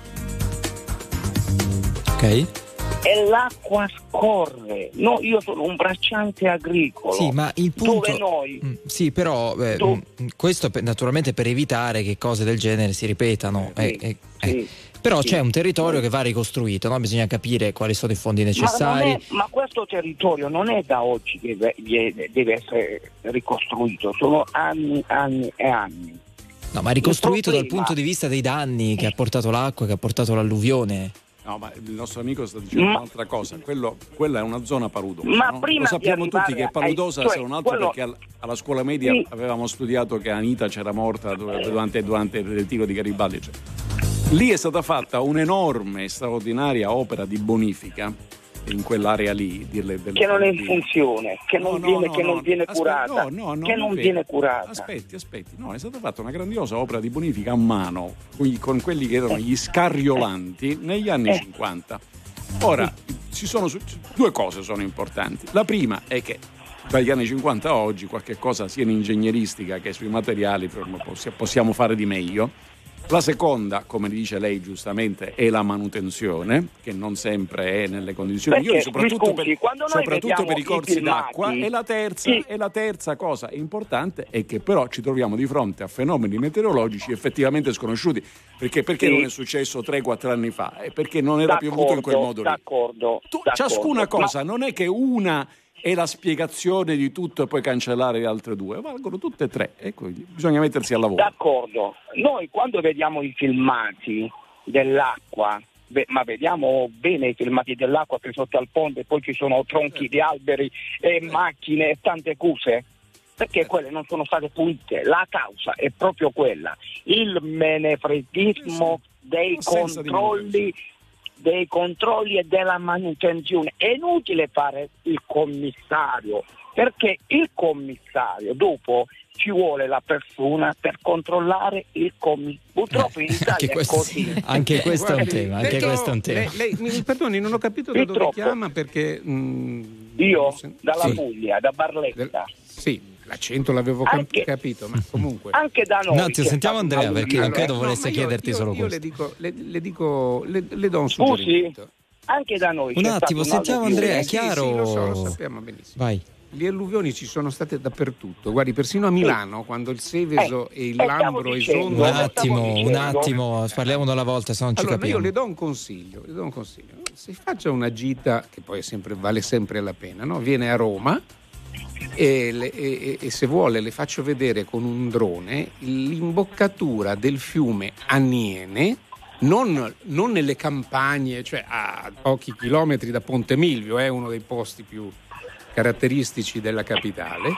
Ok. E l'acqua scorre. No, io sono un bracciante agricolo. Sì, ma il punto. Dove noi Mm, Sì, però eh, Do- mm, questo per- naturalmente per evitare che cose del genere si ripetano. Sì, eh, eh, eh. sì, Però sì. c'è un territorio che va ricostruito, no? Bisogna capire quali sono i fondi Ma, non necessari. è- ma questo territorio non è da oggi che ve- viene- deve essere ricostruito, sono anni, anni e anni. No, ma ricostruito Il dal problema- punto di vista dei danni che ha portato l'acqua, che ha portato l'alluvione. No, ma il nostro amico sta dicendo Ma- un'altra cosa. Quello, quella è una zona paludosa. Ma no? prima Lo sappiamo di tutti arrivare che è paludosa, ai- se cioè, non altro quello- perché al- alla scuola media Sì. avevamo studiato che Anita c'era morta durante, durante il tiro di Garibaldi. Cioè. Lì è stata fatta un'enorme, straordinaria opera di bonifica in quell'area lì, delle, delle che non è in di... funzione, che non no, no, viene, no, che no. non viene Aspetti, curata, no, no, no, che non vero. viene curata. Aspetti, aspetti, no, è stata fatta una grandiosa opera di bonifica a mano con, con quelli che erano gli scariolanti negli anni Eh. cinquanta. Ora, ci sono due cose sono importanti. La prima è che dagli anni cinquanta a oggi qualche cosa sia in ingegneristica che sui materiali possiamo fare di meglio. La seconda, come dice lei giustamente, è la manutenzione, che non sempre è nelle condizioni Perché, migliori, soprattutto, scusi, per, quando noi soprattutto per i vediamo corsi i filmati, d'acqua. E la, terza, sì. e la terza cosa importante è che però ci troviamo di fronte a fenomeni meteorologici effettivamente sconosciuti. Perché, perché Sì. non è successo tre quattro anni fa? È perché non era piovuto in quel modo lì. D'accordo, Tu, d'accordo. ciascuna cosa, No. non è che una è la spiegazione di tutto e poi cancellare le altre due, valgono tutte e tre e quindi bisogna mettersi al lavoro. D'accordo, noi quando vediamo i filmati dell'acqua, beh, ma vediamo bene i filmati dell'acqua che sotto al ponte poi ci sono tronchi di alberi e macchine e tante cose, perché quelle non sono state pulite. La causa è proprio quella, il menefreghismo dei Senza di controlli dei controlli e della manutenzione. È inutile fare il commissario, perché il commissario dopo ci vuole la persona per controllare il commissario. Purtroppo in Italia Anche è questo, così. anche questo è un tema, anche Detto- questo è un tema. Lei, lei- mi perdoni, non ho capito da dove Purtroppo. chiama perché... mm, Io se- dalla sì. Puglia, da Barletta. Del- sì, l'accento l'avevo cap- Anche- capito, ma comunque... Anche da noi. Un attimo, c'è sentiamo stato Andrea, un perché non alluvio. credo volesse ma io- chiederti io- solo io questo. le dico, le, le dico, le, le do un Scusi, suggerimento. anche da noi Un c'è attimo, stato sentiamo alluvio. Andrea, è Sì, chiaro? sì, lo so, lo sappiamo benissimo. Vai. Le alluvioni ci sono state dappertutto, guardi, persino a Milano, quando il Seveso Eh, e il eh, stavo Lambro dicendo, Un esondano. attimo, un dicendo. attimo, parliamo alla volta, se non ci Allora, io capiamo. le do un consiglio, le do un consiglio. Si faccia una gita, che poi è sempre, vale sempre la pena, no? Viene a Roma e, le- e- e se vuole le faccio vedere con un drone l'imboccatura del fiume Aniene, non, non nelle campagne, cioè a pochi chilometri da Ponte Milvio, è uno dei posti più caratteristici della capitale.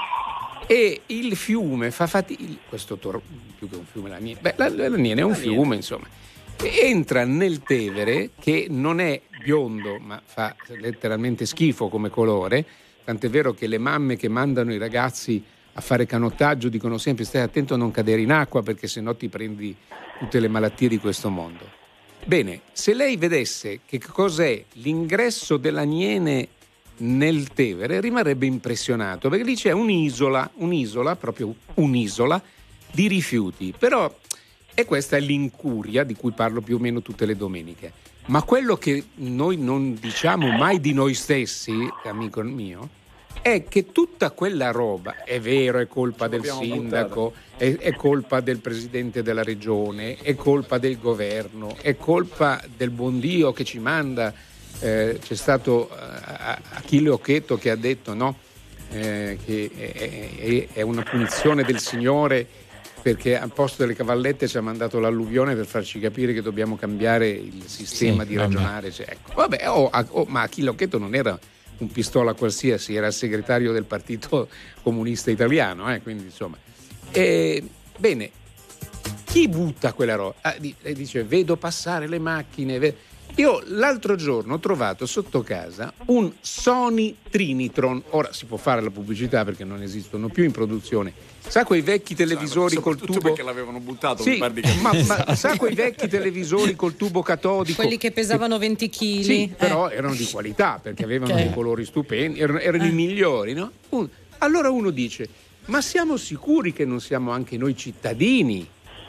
E il fiume fa fatica, questo tor- più che un fiume, l'Aniene, beh, la- l'Aniene è un fiume, insomma, entra nel Tevere, che non è biondo ma fa letteralmente schifo come colore, tant'è vero che le mamme che mandano i ragazzi a fare canottaggio dicono sempre stai attento a non cadere in acqua perché sennò ti prendi tutte le malattie di questo mondo. Bene, se lei vedesse che cos'è l'ingresso dell'Aniene nel Tevere rimarrebbe impressionato, perché lì c'è un'isola, un'isola, proprio un'isola di rifiuti, però e questa è l'incuria di cui parlo più o meno tutte le domeniche. Ma quello che noi non diciamo mai di noi stessi, amico mio, è che tutta quella roba, è vero, è colpa del sindaco, è, è colpa del presidente della regione, è colpa del governo, è colpa del buon Dio che ci manda. Eh, c'è stato uh, Achille Occhetto che ha detto no, eh, che è, è, è una punizione del Signore perché al posto delle cavallette ci ha mandato l'alluvione per farci capire che dobbiamo cambiare il sistema Sì, di vabbè. ragionare. Cioè, ecco. Vabbè, oh, oh, ma Achille Occhetto non era un pistola qualsiasi, era il segretario del Partito Comunista Italiano, eh, quindi insomma. Eh, bene, chi butta quella roba? Ah, dice vedo passare le macchine. Ve- Io l'altro giorno ho trovato sotto casa un Sony Trinitron, ora si può fare la pubblicità perché non esistono più in produzione, sa quei vecchi televisori col Soprattutto tubo... perché l'avevano buttato, Sì, mi pare di capire. ma, ma sa quei vecchi televisori col tubo catodico? Quelli che pesavano venti chili. Sì, però erano di qualità perché avevano Ok. dei colori stupendi, erano, erano i migliori, no? Un- allora uno dice, ma siamo sicuri che non siamo anche noi cittadini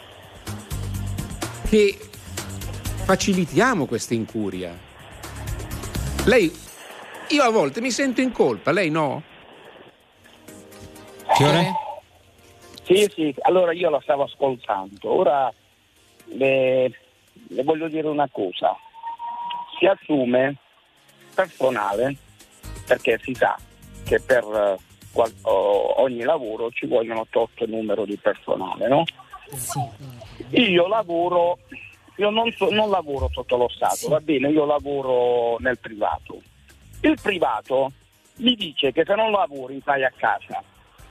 che facilitiamo questa incuria? Lei, io a volte mi sento in colpa, lei no? Fiore? Sì, sì, allora io la stavo ascoltando. Ora le, le voglio dire una cosa. Si assume personale perché si sa che per eh, qual- o- ogni lavoro ci vogliono tot numero di personale, no? Io lavoro, io non, so- non lavoro sotto lo Stato, va bene, io lavoro nel privato. Il privato mi dice che se non lavori stai a casa.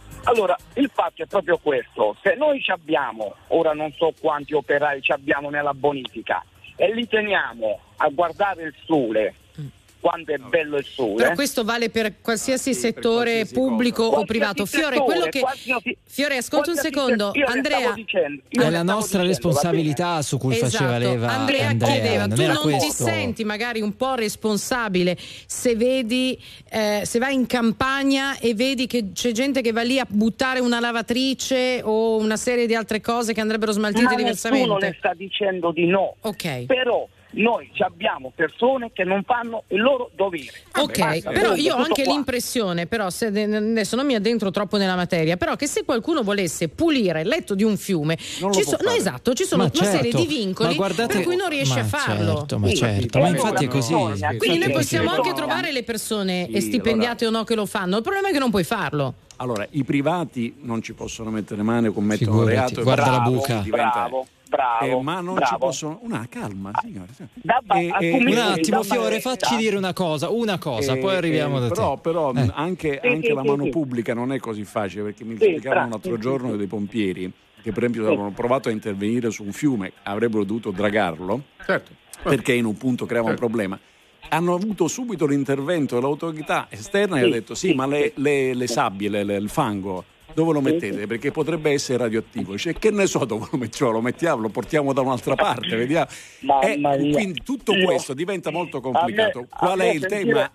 Allora, il fatto è proprio questo: se noi ci abbiamo, ora non so quanti operai ci abbiamo nella bonifica, e li teniamo a guardare il sole, quando è bello il sole. Però questo vale per qualsiasi sì, settore per qualsiasi pubblico cosa. o privato. Qualsiasi Fiore, settore, quello che qualsiasi- Fiore, ascolta un qualsiasi secondo. settore, io le Andrea, stavo dicendo, io È le la stavo nostra dicendo, responsabilità su cui esatto. faceva leva Andrea, Andrea, chiedeva, non tu era non questo. ti senti magari un po' responsabile se vedi, eh, se vai in campagna e vedi che c'è gente che va lì a buttare una lavatrice o una serie di altre cose che andrebbero smaltite ma diversamente? nessuno le sta dicendo di no. Ok. Però noi ci abbiamo persone che non fanno il loro dovere. Ok, Basta, però punto, io ho tutto anche qua. l'impressione, però se adesso non mi addentro troppo nella materia, però che se qualcuno volesse pulire il letto di un fiume, Non lo ci può so- no, fare. esatto, ci sono Ma una serie certo, di vincoli ma guardate- per cui non riesce ma a farlo. certo, ma Sì, certo, ma sì, infatti è così. bisogna- Quindi Sì, noi sì, possiamo sì. anche Bisogna- trovare le persone Sì, stipendiate o no che lo fanno. Il problema è che non puoi farlo. Allora, i privati non ci possono mettere mano, commettono Figurati, reato. e guarda la bravo, buca. diventa- Bravo, bravo, Eh, ma non bravo. ci possono. Una calma, signore. Da- da- Eh, eh, alcuni- Un attimo, da- Fiore, facci dire una cosa, una cosa, Eh, poi arriviamo eh, da te. però, però Eh. anche, Sì, anche sì, la sì, mano sì. pubblica non è così facile, perché mi Sì, spiegavano grazie, l'altro sì, giorno sì. dei pompieri che per esempio avevano provato a intervenire su un fiume, avrebbero dovuto dragarlo Certo. perché in un punto creava un Certo. problema. Hanno avuto subito l'intervento dell'autorità esterna e Sì, ha detto sì, sì, ma le, le- le sabbie, le- le- il fango dove lo mettete? Perché potrebbe essere radioattivo. Dice, che ne so dove lo mettiamo, lo mettiamo, lo portiamo da un'altra parte, vediamo. Mamma Eh, mia. quindi tutto Io- questo diventa molto a me- complicato. a Qual me è il sentire- tema?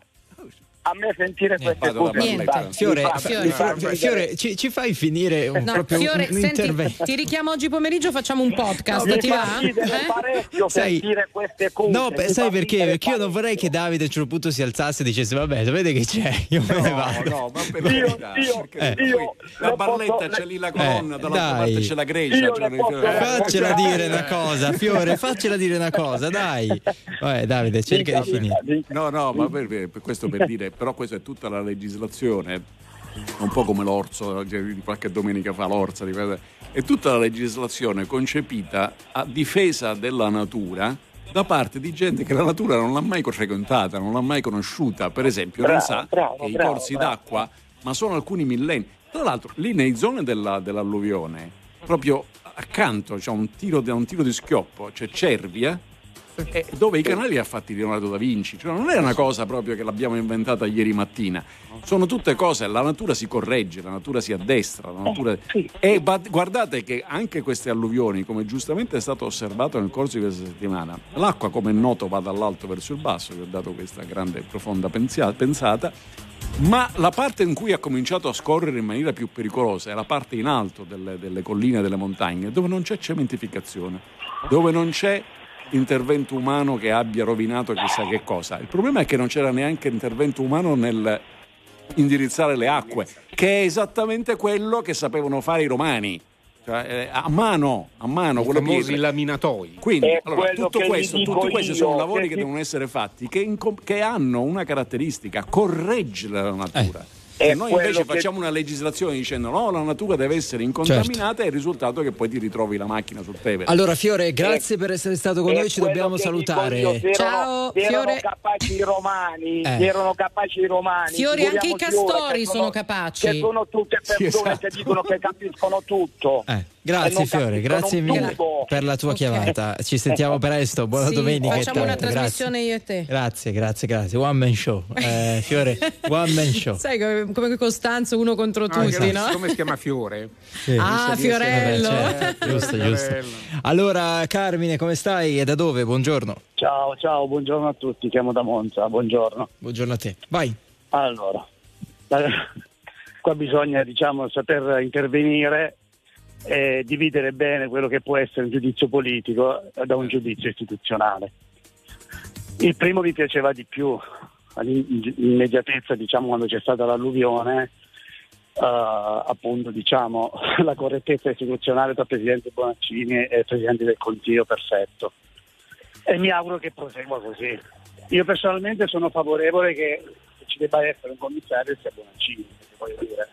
A me sentire queste vado alla cose Niente. barletta. Fiore, mi fa- Fiore, mi fa- Fiore, Fiore, ci, ci fai finire un, No, proprio Fiore, un, un senti, intervento? ti richiamo oggi pomeriggio, facciamo un podcast, mi ti fa va? ridere Eh? parecchio Sai- sentire queste cose. No, beh, mi sai fa perché? ridere Perché io non vorrei che parecchio. Davide a un certo punto si alzasse e dicesse vabbè, sapete che c'è, io me ne No, vado. no, ma per Io- carità, io- perché io poi la le barletta posso- c'è lì la Eh, colonna, dall'altra dai. parte c'è la Grecia. Io c'è le la- posso- eh, Faccela Eh. dire una cosa, Fiore, faccela dire una cosa, dai. Vabbè, Davide, cerca di finire. No, no, ma per, per- per questo per dire, però questa è tutta la legislazione, un po' come l'orso, cioè, di qualche domenica fa l'orsa, ripeto, è tutta la legislazione concepita a difesa della natura da parte di gente che la natura non l'ha mai frequentata, non l'ha mai conosciuta. Per esempio, non Bravo, sa bravo, che i bravo, corsi bravo. d'acqua, ma sono alcuni millenni. Tra l'altro, lì nelle zone della- dell'alluvione, proprio accanto c'è un tiro, un tiro di schioppo, c'è Cervia, eh, dove i canali li ha fatti Leonardo da Vinci, cioè non è una cosa proprio che l'abbiamo inventata ieri mattina, sono tutte cose, la natura si corregge, la natura si addestra, la natura... e ba- guardate che anche queste alluvioni, come giustamente è stato osservato nel corso di questa settimana, l'acqua come è noto va dall'alto verso il basso, vi ho dato questa grande e profonda pensia- pensata, ma la parte in cui ha cominciato a scorrere in maniera più pericolosa è la parte in alto delle, delle colline e delle montagne, dove non c'è cementificazione, dove non c'è intervento umano che abbia rovinato chissà che cosa. Il problema è che non c'era neanche intervento umano nel indirizzare le acque, che è esattamente quello che sapevano fare i romani, cioè, eh, a mano, a mano, I con le famosi pietre. laminatoi. Quindi È allora, quello tutto che questo, gli dico tutti questi io, sono lavori che che- devono essere fatti, che, inco- che hanno una caratteristica: correggere la natura. È E noi quello invece che- facciamo una legislazione dicendo no, la natura deve essere incontaminata, e il risultato è che poi ti ritrovi la macchina sul Tevere. Allora Fiore, grazie per essere stato con È noi, ci quello dobbiamo che salutare. dico io, se erano- Ciao, se erano Fiore. capaci i romani, Eh. se erano capaci i romani. Fiori, anche i figuriamoci ora, castori che sono capaci. Che sono tutte persone Sì, esatto. che dicono che capiscono tutto. Eh, E grazie non Fiore, capiscono grazie un mille tubo. per la tua Ok. chiamata. Ci sentiamo presto, buona Sì, domenica. facciamo una intanto. trasmissione io e te. Grazie. Grazie, grazie, grazie. One man show. Eh, Fiore, one man show. Sai come, come Costanzo, uno contro Ah, tutti, che- no? Come si chiama Fiore? Sì. Ah, Fiorello. Vabbè, certo, giusto, giusto. Fiorello. Allora, Carmine, come stai e da dove? Buongiorno. Ciao, ciao, buongiorno a tutti, chiamo da Monza, buongiorno. Buongiorno a te. Vai. Allora, eh, qua bisogna, diciamo, saper intervenire e dividere bene quello che può essere un giudizio politico da un giudizio istituzionale. Il primo mi piaceva di più, all'immediatezza, diciamo, quando c'è stata l'alluvione, eh, appunto, diciamo, la correttezza istituzionale tra Presidente Bonaccini e Presidente del Consiglio, perfetto. E mi auguro che prosegua così. Io personalmente sono favorevole che ci debba essere un commissario sia Bonaccini, perché voglio dire,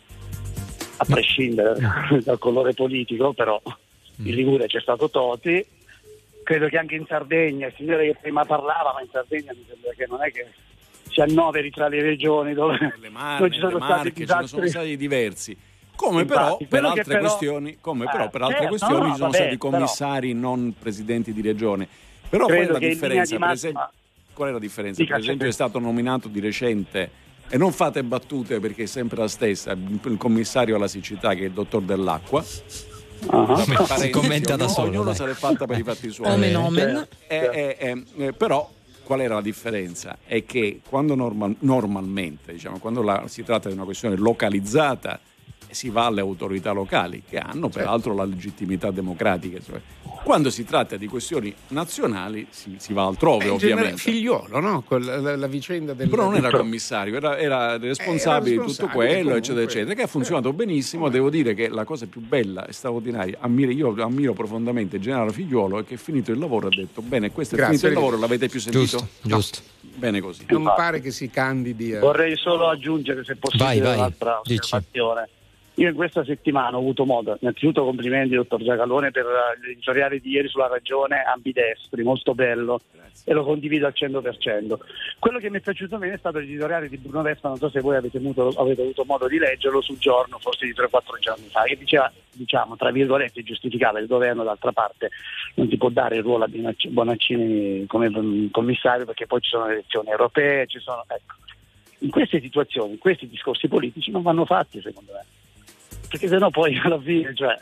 a prescindere dal colore politico, però in Liguria c'è stato Toti, credo che anche in Sardegna, il signore che prima parlava, ma in Sardegna mi sembra che non è che si annoveri tra le regioni dove le Marche, non ci sono le stati Marche, ce ne sono disastri. stati diversi. Come però Infatti, per quello che altre però- questioni, come Eh, però per altre certo, questioni no, no, ci sono vabbè, stati commissari non presidenti di regione. Però qual è Credo la che in linea differenza? di Per massima- esempio, qual è la differenza? Dica, Per esempio c'è- è stato nominato di recente, e non fate battute perché è sempre la stessa, il commissario alla siccità che è il dottor Dell'Acqua. Uh-huh. Vabbè, Si parenti, commenta da ognuno, solo, ognuno dai. se l'è fatta per i fatti suoi. Omen omen. Eh, eh, eh, eh, però qual era la differenza? È che quando normal- normalmente, diciamo, quando la- si tratta di una questione localizzata, si va alle autorità locali, che hanno peraltro la legittimità democratica. Cioè, quando si tratta di questioni nazionali si, si va altrove, Eh, in genere ovviamente. Figliuolo, no? Con la, la- la vicenda del... Però non era del- commissario, era, era responsabile Era di tutto responsabile, quello, comunque. eccetera, eccetera, che ha funzionato benissimo. Devo dire che la cosa più bella e straordinaria, ammiro, io ammiro profondamente il generale Figliuolo, è che finito il lavoro ha detto: bene, questo è Grazie, finito il lavoro, arrivederci. l'avete più sentito? Giusto, giusto. Bene così. Non pare che si candidi a... Vorrei solo aggiungere, se possibile, Vai, vai, un'altra dici. osservazione. Io in questa settimana ho avuto modo, innanzitutto complimenti dottor Giacalone per l'editoriale di ieri sulla ragione, ambidestri, molto bello. Grazie. E lo condivido al cento per cento. Quello che mi è piaciuto bene è stato l'editoriale di Bruno Vespa, non so se voi avete avuto, avete avuto modo di leggerlo sul Giorno, forse di tre quattro giorni fa, che diceva, diciamo, tra virgolette, giustificava il governo, d'altra parte non si può dare il ruolo a Bonaccini come commissario perché poi ci sono le elezioni europee, ci sono, ecco. In queste situazioni, questi discorsi politici non vanno fatti, secondo me. Perché sennò poi alla fine, cioè,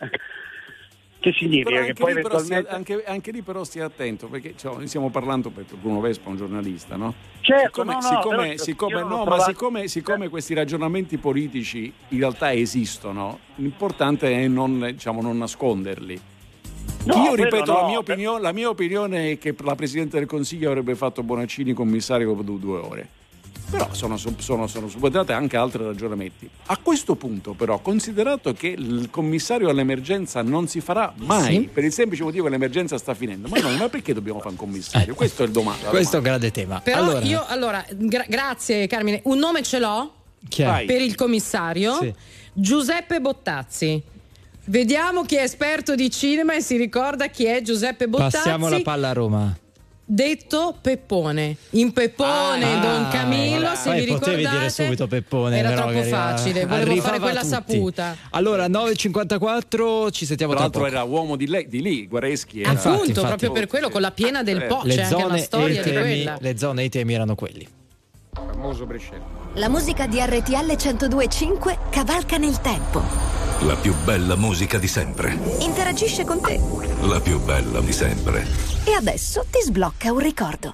che significa? Però Che anche, poi lì però stia, eventualmente... anche, anche lì però stia attento, perché cioè, noi stiamo parlando per Bruno Vespa, un giornalista, no? Certo, siccome, no, no, siccome, però siccome, io non ho no, ma trovato- siccome, siccome questi ragionamenti politici in realtà esistono, l'importante è non, diciamo, non nasconderli. No, Io quello ripeto, no, la, mia per- opinione, la mia opinione è che la Presidente del Consiglio avrebbe fatto Bonaccini commissario dopo due ore. Però sono, sono, sono subentrate anche altri ragionamenti. A questo punto però, considerato che il commissario all'emergenza non si farà mai, Sì. per il semplice motivo che l'emergenza sta finendo, ma noi, ma perché dobbiamo fare un commissario? Questo è il domanda. la Questo è un domanda. grande tema. Però allora, io, allora, gra- grazie Carmine, un nome ce l'ho chi è? Vai. per il commissario, Sì. Giuseppe Bottazzi. Vediamo chi è esperto di cinema e si ricorda chi è Giuseppe Bottazzi. Passiamo la palla a Roma. Detto Peppone. In Peppone, Ah, Don Camillo, voilà. se Poi vi ricordate. potevi dire subito Peppone, Era però, troppo che arriva- facile, volevo arrivava fare quella a tutti. saputa. Allora, nove e cinquantaquattro, ci sentiamo Tra tra l'altro poco. era uomo di, lei, di lì, Guareschi. Era... Appunto, infatti. proprio per quello, con la piena del Eh, Po, Le c'è anche una zone, e i storia di temi, quella. le zone e i temi erano quelli. famoso Brescello. La musica di R T L centodue e cinque cavalca nel tempo. La più bella musica di sempre. Interagisce con te. La più bella di sempre. E adesso ti sblocca un ricordo.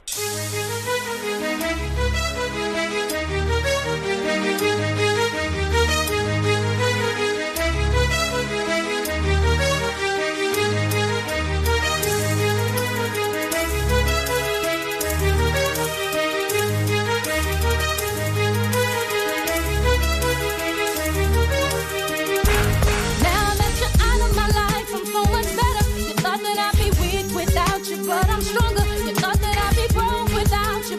But I'm stronger. You thought that I'd be broke without you.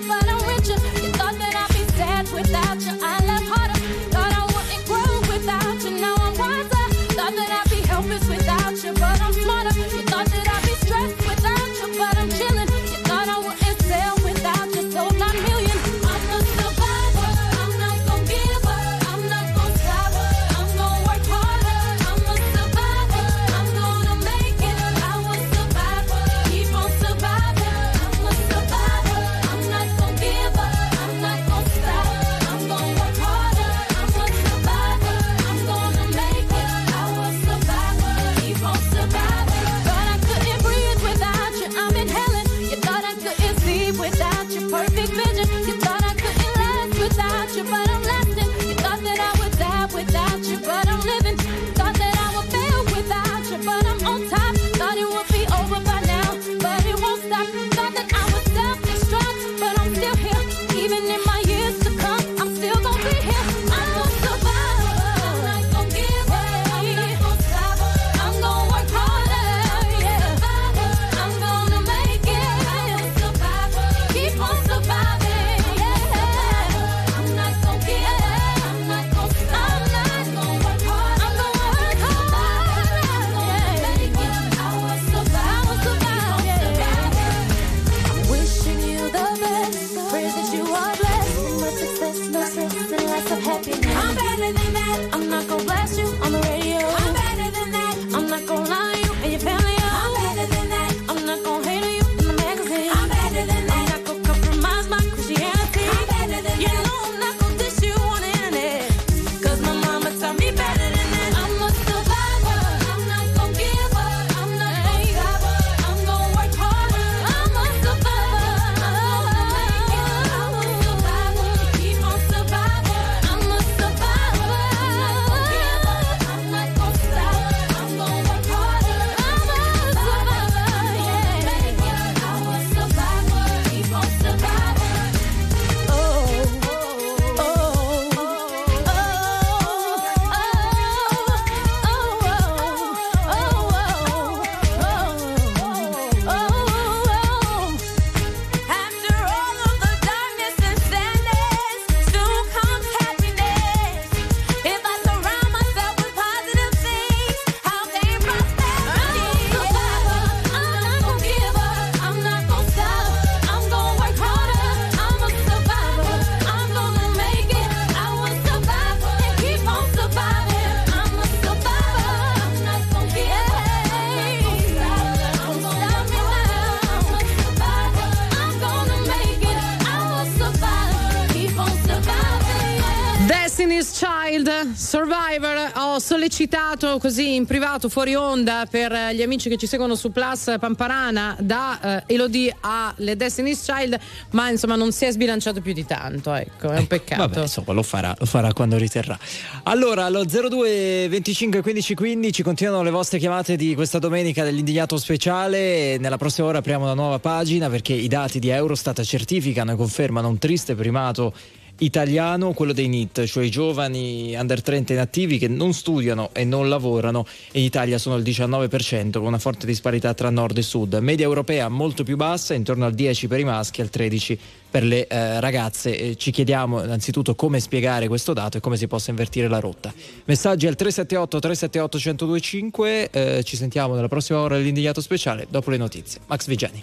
Destiny's Child, Survivor. Ho sollecitato così in privato, fuori onda, per gli amici che ci seguono su Plus Pamparana, da uh, Elodie alle Destiny's Child, ma insomma non si è sbilanciato più di tanto, ecco, è un peccato. Vabbè, insomma, lo farà, lo farà quando riterrà. Allora, allo zero due venticinque quindici quindici continuano le vostre chiamate di questa domenica dell'indignato speciale. Nella prossima ora apriamo una nuova pagina, perché i dati di Eurostat certificano e confermano un triste primato italiano, quello dei N I T, cioè i giovani under trenta inattivi che non studiano e non lavorano. In Italia sono il diciannove per cento, con una forte disparità tra nord e sud. Media europea molto più bassa, intorno al dieci per i maschi e al tredici per le eh, ragazze. Eh, ci chiediamo innanzitutto come spiegare questo dato e come si possa invertire la rotta. Messaggi al tre sette otto tre sette otto uno zero due cinque. Eh, ci sentiamo nella prossima ora dell'indignato speciale dopo le notizie. Max Vigiani.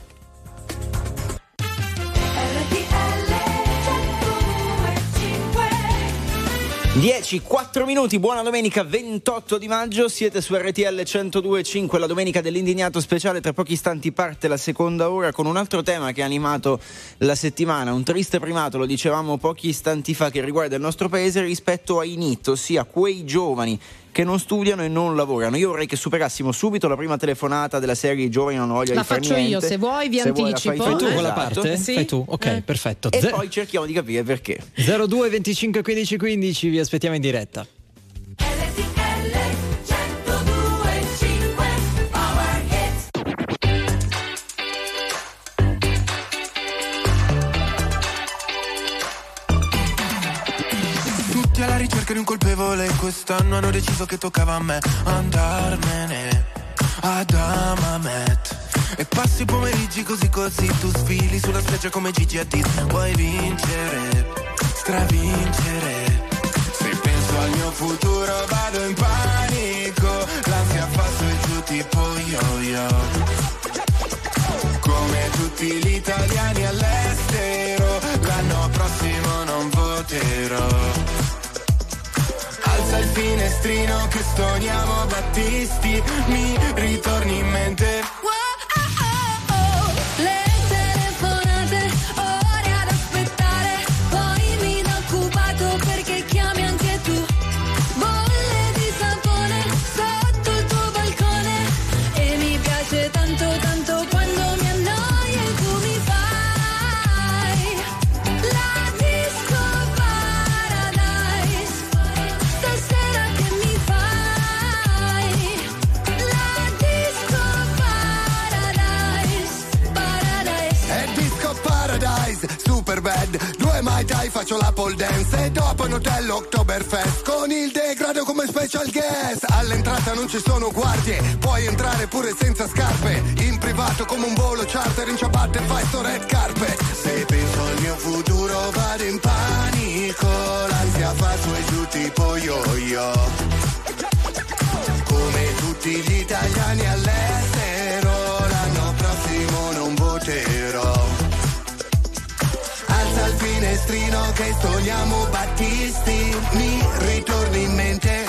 dieci quattro minuti, buona domenica ventotto di maggio, siete su R T L centodue e cinque, la domenica dell'indignato speciale. Tra pochi istanti parte la seconda ora con un altro tema che ha animato la settimana, un triste primato, lo dicevamo pochi istanti fa, che riguarda il nostro paese rispetto ai N I T, ossia quei giovani che non studiano e non lavorano. Io vorrei che superassimo subito la prima telefonata della serie I giovani non ho voglia la di fare faccio niente. io, se vuoi vi se anticipo. Vuoi, fai tu eh? quella Esatto. parte? Sì. Fai tu? Ok, eh. perfetto. E Ze- poi cerchiamo di capire perché. zero due venticinque quindici quindici, vi aspettiamo in diretta. Alla ricerca di un colpevole, quest'anno hanno deciso che toccava a me andarmene ad Amamet. E passi i pomeriggi così così, tu sfili sulla spiaggia come Gigi Hadid. Vuoi vincere, stravincere. Se penso al mio futuro vado in panico, l'ansia fa su e giù tipo yo-yo. Come tutti gli italiani all'estero, l'anno prossimo non voterò. Alza il finestrino che stoniamo Battisti, mi ritorni in mente. Le telefonate, ore ad aspettare, poi mi da occupato perché chiami anche tu. Bolle di sapone sotto il tuo balcone, e mi piace tanto tanto quando mi annoio e tu mi fai la disco paradise. Stasera che mi fai la disco paradise, paradise. È disco paradise, super bad. Due mai dai, faccio la pole dance. E dopo in hotel Oktoberfest, con il degrado come special guest. All'entrata non ci sono guardie, puoi entrare pure senza scarpe. In privato come un volo charter, in ciabatte fai sto red carpet. Se penso al mio futuro vado in panico, l'ansia fa su e giù tipo yo-yo. Come tutti gli italiani all'estero, l'anno prossimo non voterò. Alza il finestrino che stoniamo Battisti, mi ritorni in mente.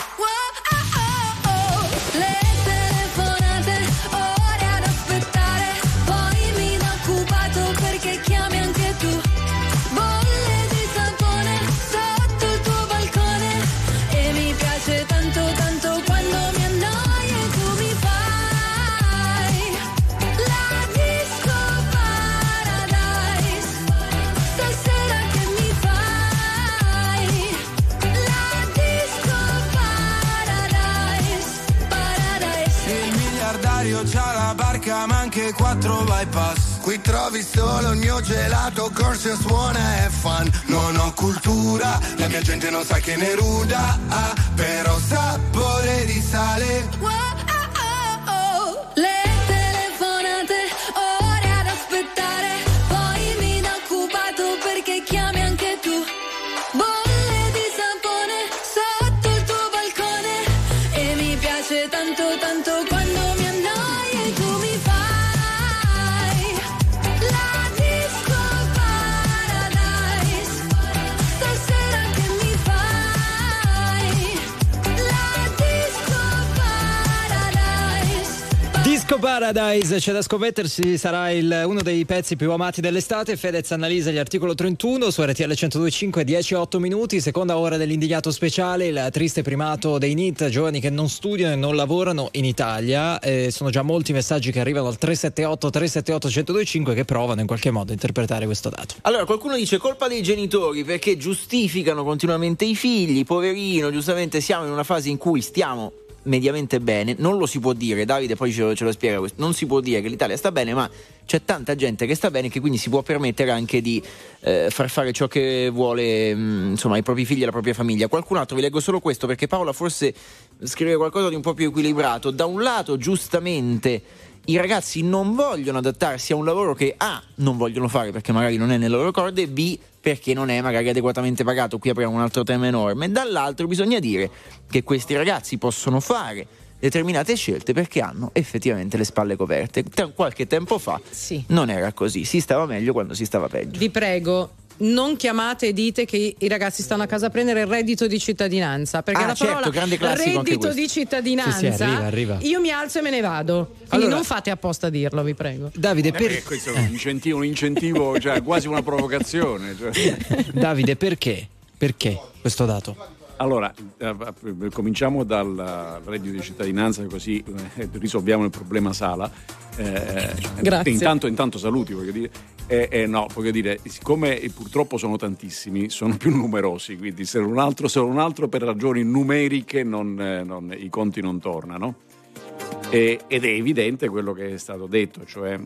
Le telefonate, ore ad aspettare, poi mi da occupato perché chiami anche tu. Bolle di sapone sotto il tuo balcone, e mi piace tanto tanto quando mi annoio e tu mi fai la disco paradise. Stasera che mi fai la disco paradise, paradise. Il miliardario c'ha la barca ma anche quattro bypass. Qui trovi solo il mio gelato, corso suona e fan. Non ho cultura, la mia gente non sa che ne ruda, ah, però sapore di sale. Le telefonate, ore ad aspettare, poi mi da occupato perché chiami anche tu. Bolle di sapone sotto il tuo balcone, e mi piace tanto tanto quando mi annoio e tu mi fai la disco paradise. Stasera che mi fai la disco paradise. Disco Paradise, c'è da scommettersi, sarà il, uno dei pezzi più amati dell'estate. Fedez analisa gli articolo trentuno su R T L centodue e cinque, dieci e otto minuti, seconda ora dell'indignato speciale, il triste primato dei N I T, giovani che non studiano e non lavorano in Italia. Eh, sono già molti messaggi che arrivano al tre sette otto tre sette otto centodue e cinque che provano in qualche modo a interpretare questo dato. Allora, qualcuno dice colpa dei genitori perché giustificano continuamente i figli, poverino, giustamente siamo in una fase in cui stiamo mediamente bene, non lo si può dire, Davide poi ce lo, ce lo spiega questo, non si può dire che l'Italia sta bene, ma c'è tanta gente che sta bene, che quindi si può permettere anche di eh, far fare ciò che vuole, mh, insomma, ai propri figli e alla propria famiglia. Qualcun altro, vi leggo solo questo perché Paola forse scrive qualcosa di un po' più equilibrato. Da un lato giustamente i ragazzi non vogliono adattarsi a un lavoro che A, non vogliono fare perché magari non è nelle loro corde, B, perché non è magari adeguatamente pagato. Qui apriamo un altro tema enorme. Dall'altro bisogna dire che questi ragazzi possono fare determinate scelte perché hanno effettivamente le spalle coperte. T- qualche tempo fa sì. non era così, si stava meglio quando si stava peggio. Vi prego, non chiamate e dite che i ragazzi stanno a casa a prendere il reddito di cittadinanza, perché ah, la certo, parola grande classico reddito di cittadinanza sì, sì, arriva, arriva. io mi alzo e me ne vado, quindi allora, non fate apposta a dirlo, vi prego. Davide, per... eh, questo è un incentivo, un incentivo cioè quasi una provocazione, cioè. Davide, perché? Perché questo dato? Allora, eh, cominciamo dal reddito di cittadinanza, così eh, risolviamo il problema Sala. Eh, Grazie. Intanto, intanto saluti, voglio dire. Eh, eh, no, voglio dire, siccome purtroppo sono tantissimi, sono più numerosi, quindi se un altro, se un altro per ragioni numeriche non, eh, non, i conti non tornano. E, ed è evidente quello che è stato detto, cioè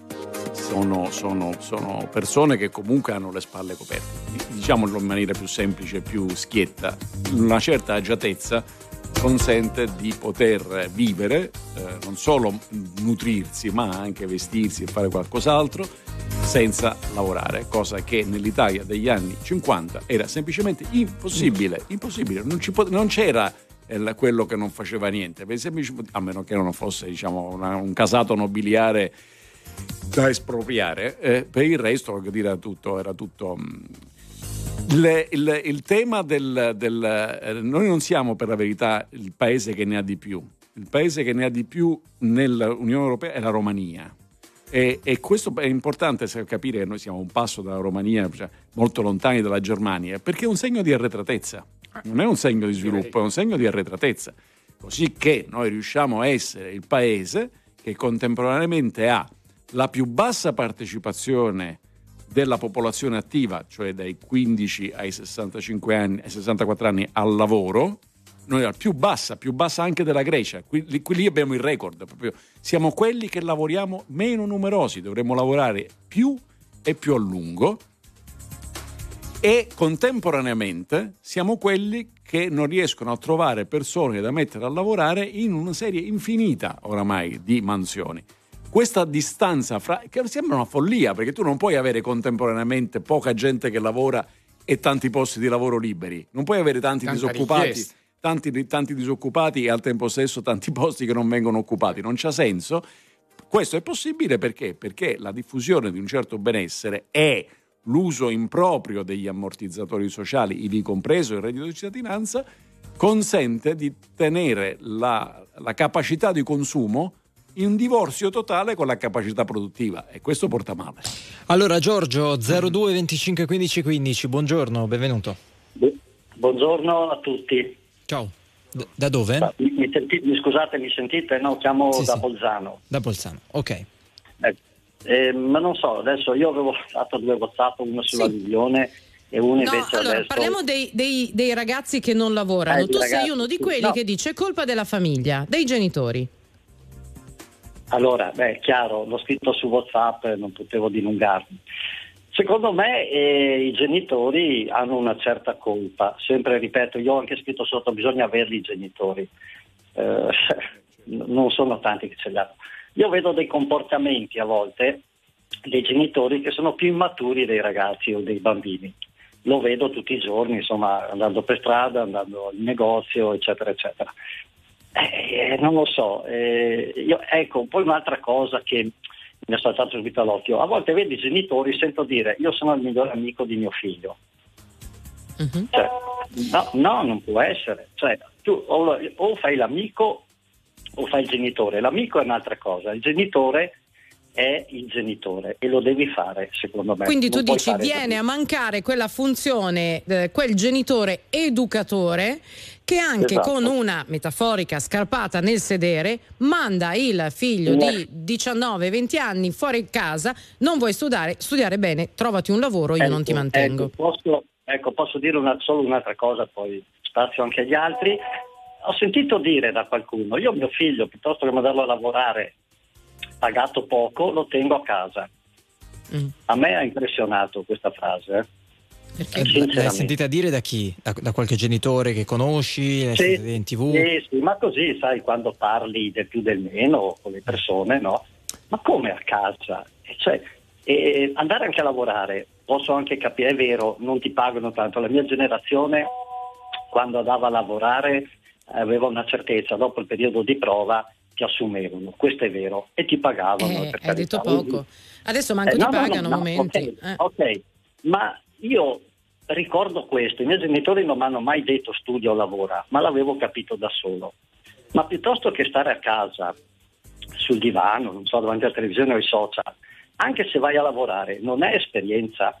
sono, sono, sono persone che comunque hanno le spalle coperte. Diciamolo in maniera più semplice, più schietta. Una certa agiatezza consente di poter vivere, eh, non solo nutrirsi, ma anche vestirsi e fare qualcos'altro senza lavorare, cosa che nell'Italia degli anni cinquanta era semplicemente impossibile, impossibile. Non, ci pot- non c'era eh, quello che non faceva niente, per semplice motivo, a meno che non fosse, diciamo, una, un casato nobiliare da espropriare, eh, per il resto, voglio dire, era tutto, era tutto mh, il, il, il tema del, del eh, noi non siamo per la verità il paese che ne ha di più. Il paese che ne ha di più nell'Unione Europea è la Romania. E, e questo è importante capire che noi siamo un passo dalla Romania, cioè molto lontani dalla Germania, perché è un segno di arretratezza, non è un segno di sviluppo, è un segno di arretratezza. Così che noi riusciamo a essere il paese che contemporaneamente ha la più bassa partecipazione della popolazione attiva, cioè dai quindici ai sessantacinque anni, ai sessantaquattro anni al lavoro. Noi la più bassa, più bassa anche della Grecia, qui, qui lì abbiamo il record, proprio. Siamo quelli che lavoriamo meno numerosi, dovremmo lavorare più e più a lungo, e contemporaneamente siamo quelli che non riescono a trovare persone da mettere a lavorare in una serie infinita oramai di mansioni. Questa distanza fra, che sembra una follia, perché tu non puoi avere contemporaneamente poca gente che lavora e tanti posti di lavoro liberi, non puoi avere tanti Tanta disoccupati. richiesta. Tanti, tanti disoccupati e al tempo stesso tanti posti che non vengono occupati, non c'ha senso. Questo è possibile perché? Perché la diffusione di un certo benessere e l'uso improprio degli ammortizzatori sociali, ivi compreso il reddito di cittadinanza, consente di tenere la, la capacità di consumo in divorzio totale con la capacità produttiva, e questo porta male. Allora Giorgio, zero due venticinque quindici quindici, buongiorno, benvenuto. Buongiorno a tutti. Ciao, D- da dove? Mi, mi, senti, mi scusate, mi sentite? No, chiamo Sì, da sì. Bolzano. Da Bolzano, ok. Eh, eh, ma non so, adesso io avevo fatto due WhatsApp, uno sull'alluvione e uno No, invece allora adesso... parliamo dei, dei, dei ragazzi che non lavorano. Eh, Tu ragazzi, sei uno di quelli no. che dice colpa della famiglia, dei genitori. Allora, beh, è chiaro, l'ho scritto su WhatsApp, non potevo dilungarmi. Secondo me eh, i genitori hanno una certa colpa, sempre ripeto, io ho anche scritto sotto, bisogna averli i genitori, eh, non sono tanti che ce li hanno. Io vedo dei comportamenti a volte dei genitori che sono più immaturi dei ragazzi o dei bambini, lo vedo tutti i giorni, insomma, andando per strada, andando in negozio, eccetera, eccetera. Eh, non lo so, eh, io, ecco, poi un'altra cosa che mi è saltato subito all'occhio, a volte vedi i genitori, sento dire io sono il migliore amico di mio figlio. Uh-huh. Cioè, no, no, non può essere, cioè, tu o, o fai l'amico o fa il genitore. L'amico è un'altra cosa, il genitore è il genitore e lo devi fare, secondo me. Quindi tu Non puoi dici fare viene così. a mancare quella funzione, eh, quel genitore educatore che anche Esatto. con una metaforica scarpata nel sedere manda il figlio No. di diciannove venti anni fuori casa, non vuoi studiare, studiare bene, trovati un lavoro, io Ecco, non ti mantengo. Ecco, posso, ecco, posso dire una, solo un'altra cosa, poi spazio anche agli altri. Ho sentito dire da qualcuno, io mio figlio, piuttosto che mandarlo a lavorare pagato poco, lo tengo a casa. Mm. A me ha impressionato questa frase. Eh. Eh, l'hai sentita dire da chi? Da, da qualche genitore che conosci? L'hai Sì, sentita in tv? sì, sì, ma così, sai, quando parli del più del meno con le persone, no? Ma come a casa? E cioè, e andare anche a lavorare, posso anche capire, è vero, non ti pagano tanto. La mia generazione, quando andava a lavorare, aveva una certezza, dopo il periodo di prova ti assumevano, questo è vero, e ti pagavano. Eh, per hai detto carità. poco. Adesso manco Eh, ti no, no, pagano no, a momenti. ok, Eh. ok, ma io ricordo questo, i miei genitori non mi hanno mai detto studia o lavora, ma l'avevo capito da solo. Ma piuttosto che stare a casa sul divano, non so, davanti alla televisione o ai social, anche se vai a lavorare, non è esperienza?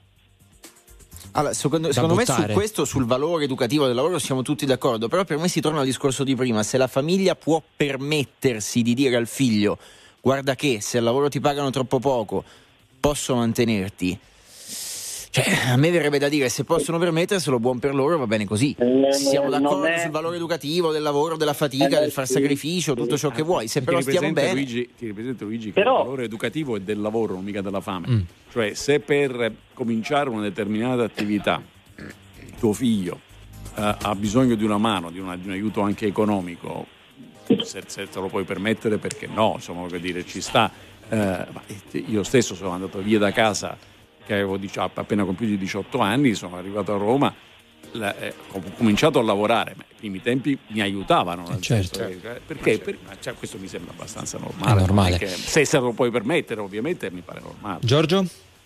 Allora, secondo, Da secondo me su buttare. questo, sul valore educativo del lavoro siamo tutti d'accordo, però per me si torna al discorso di prima: se la famiglia può permettersi di dire al figlio guarda che se al lavoro ti pagano troppo poco posso mantenerti, cioè a me verrebbe da dire se possono permetterselo, buon per loro, va bene così. Eh, Siamo non d'accordo è- sul valore educativo del lavoro, della fatica, Eh, del far sì, sacrificio, tutto ciò che vuoi, se Ti però stiamo ripresenta, bene. Luigi, ti ripresenta Luigi che Però- il valore educativo è del lavoro, non mica della fame. Mm. Cioè, se per cominciare una determinata attività tuo figlio eh, ha bisogno di una mano, di, una- di un aiuto anche economico, se, se te lo puoi permettere, perché no, insomma, voglio dire, ci sta. Eh, ma io stesso sono andato via da casa che avevo diciamo, appena compiuto i diciotto anni, sono arrivato a Roma, la- eh, ho cominciato a lavorare, ma i primi tempi mi aiutavano, nel certo. senso che- perché, per- ma, cioè, questo mi sembra abbastanza normale, È normale. non è che- se se lo puoi permettere ovviamente mi pare normale. Giorgio?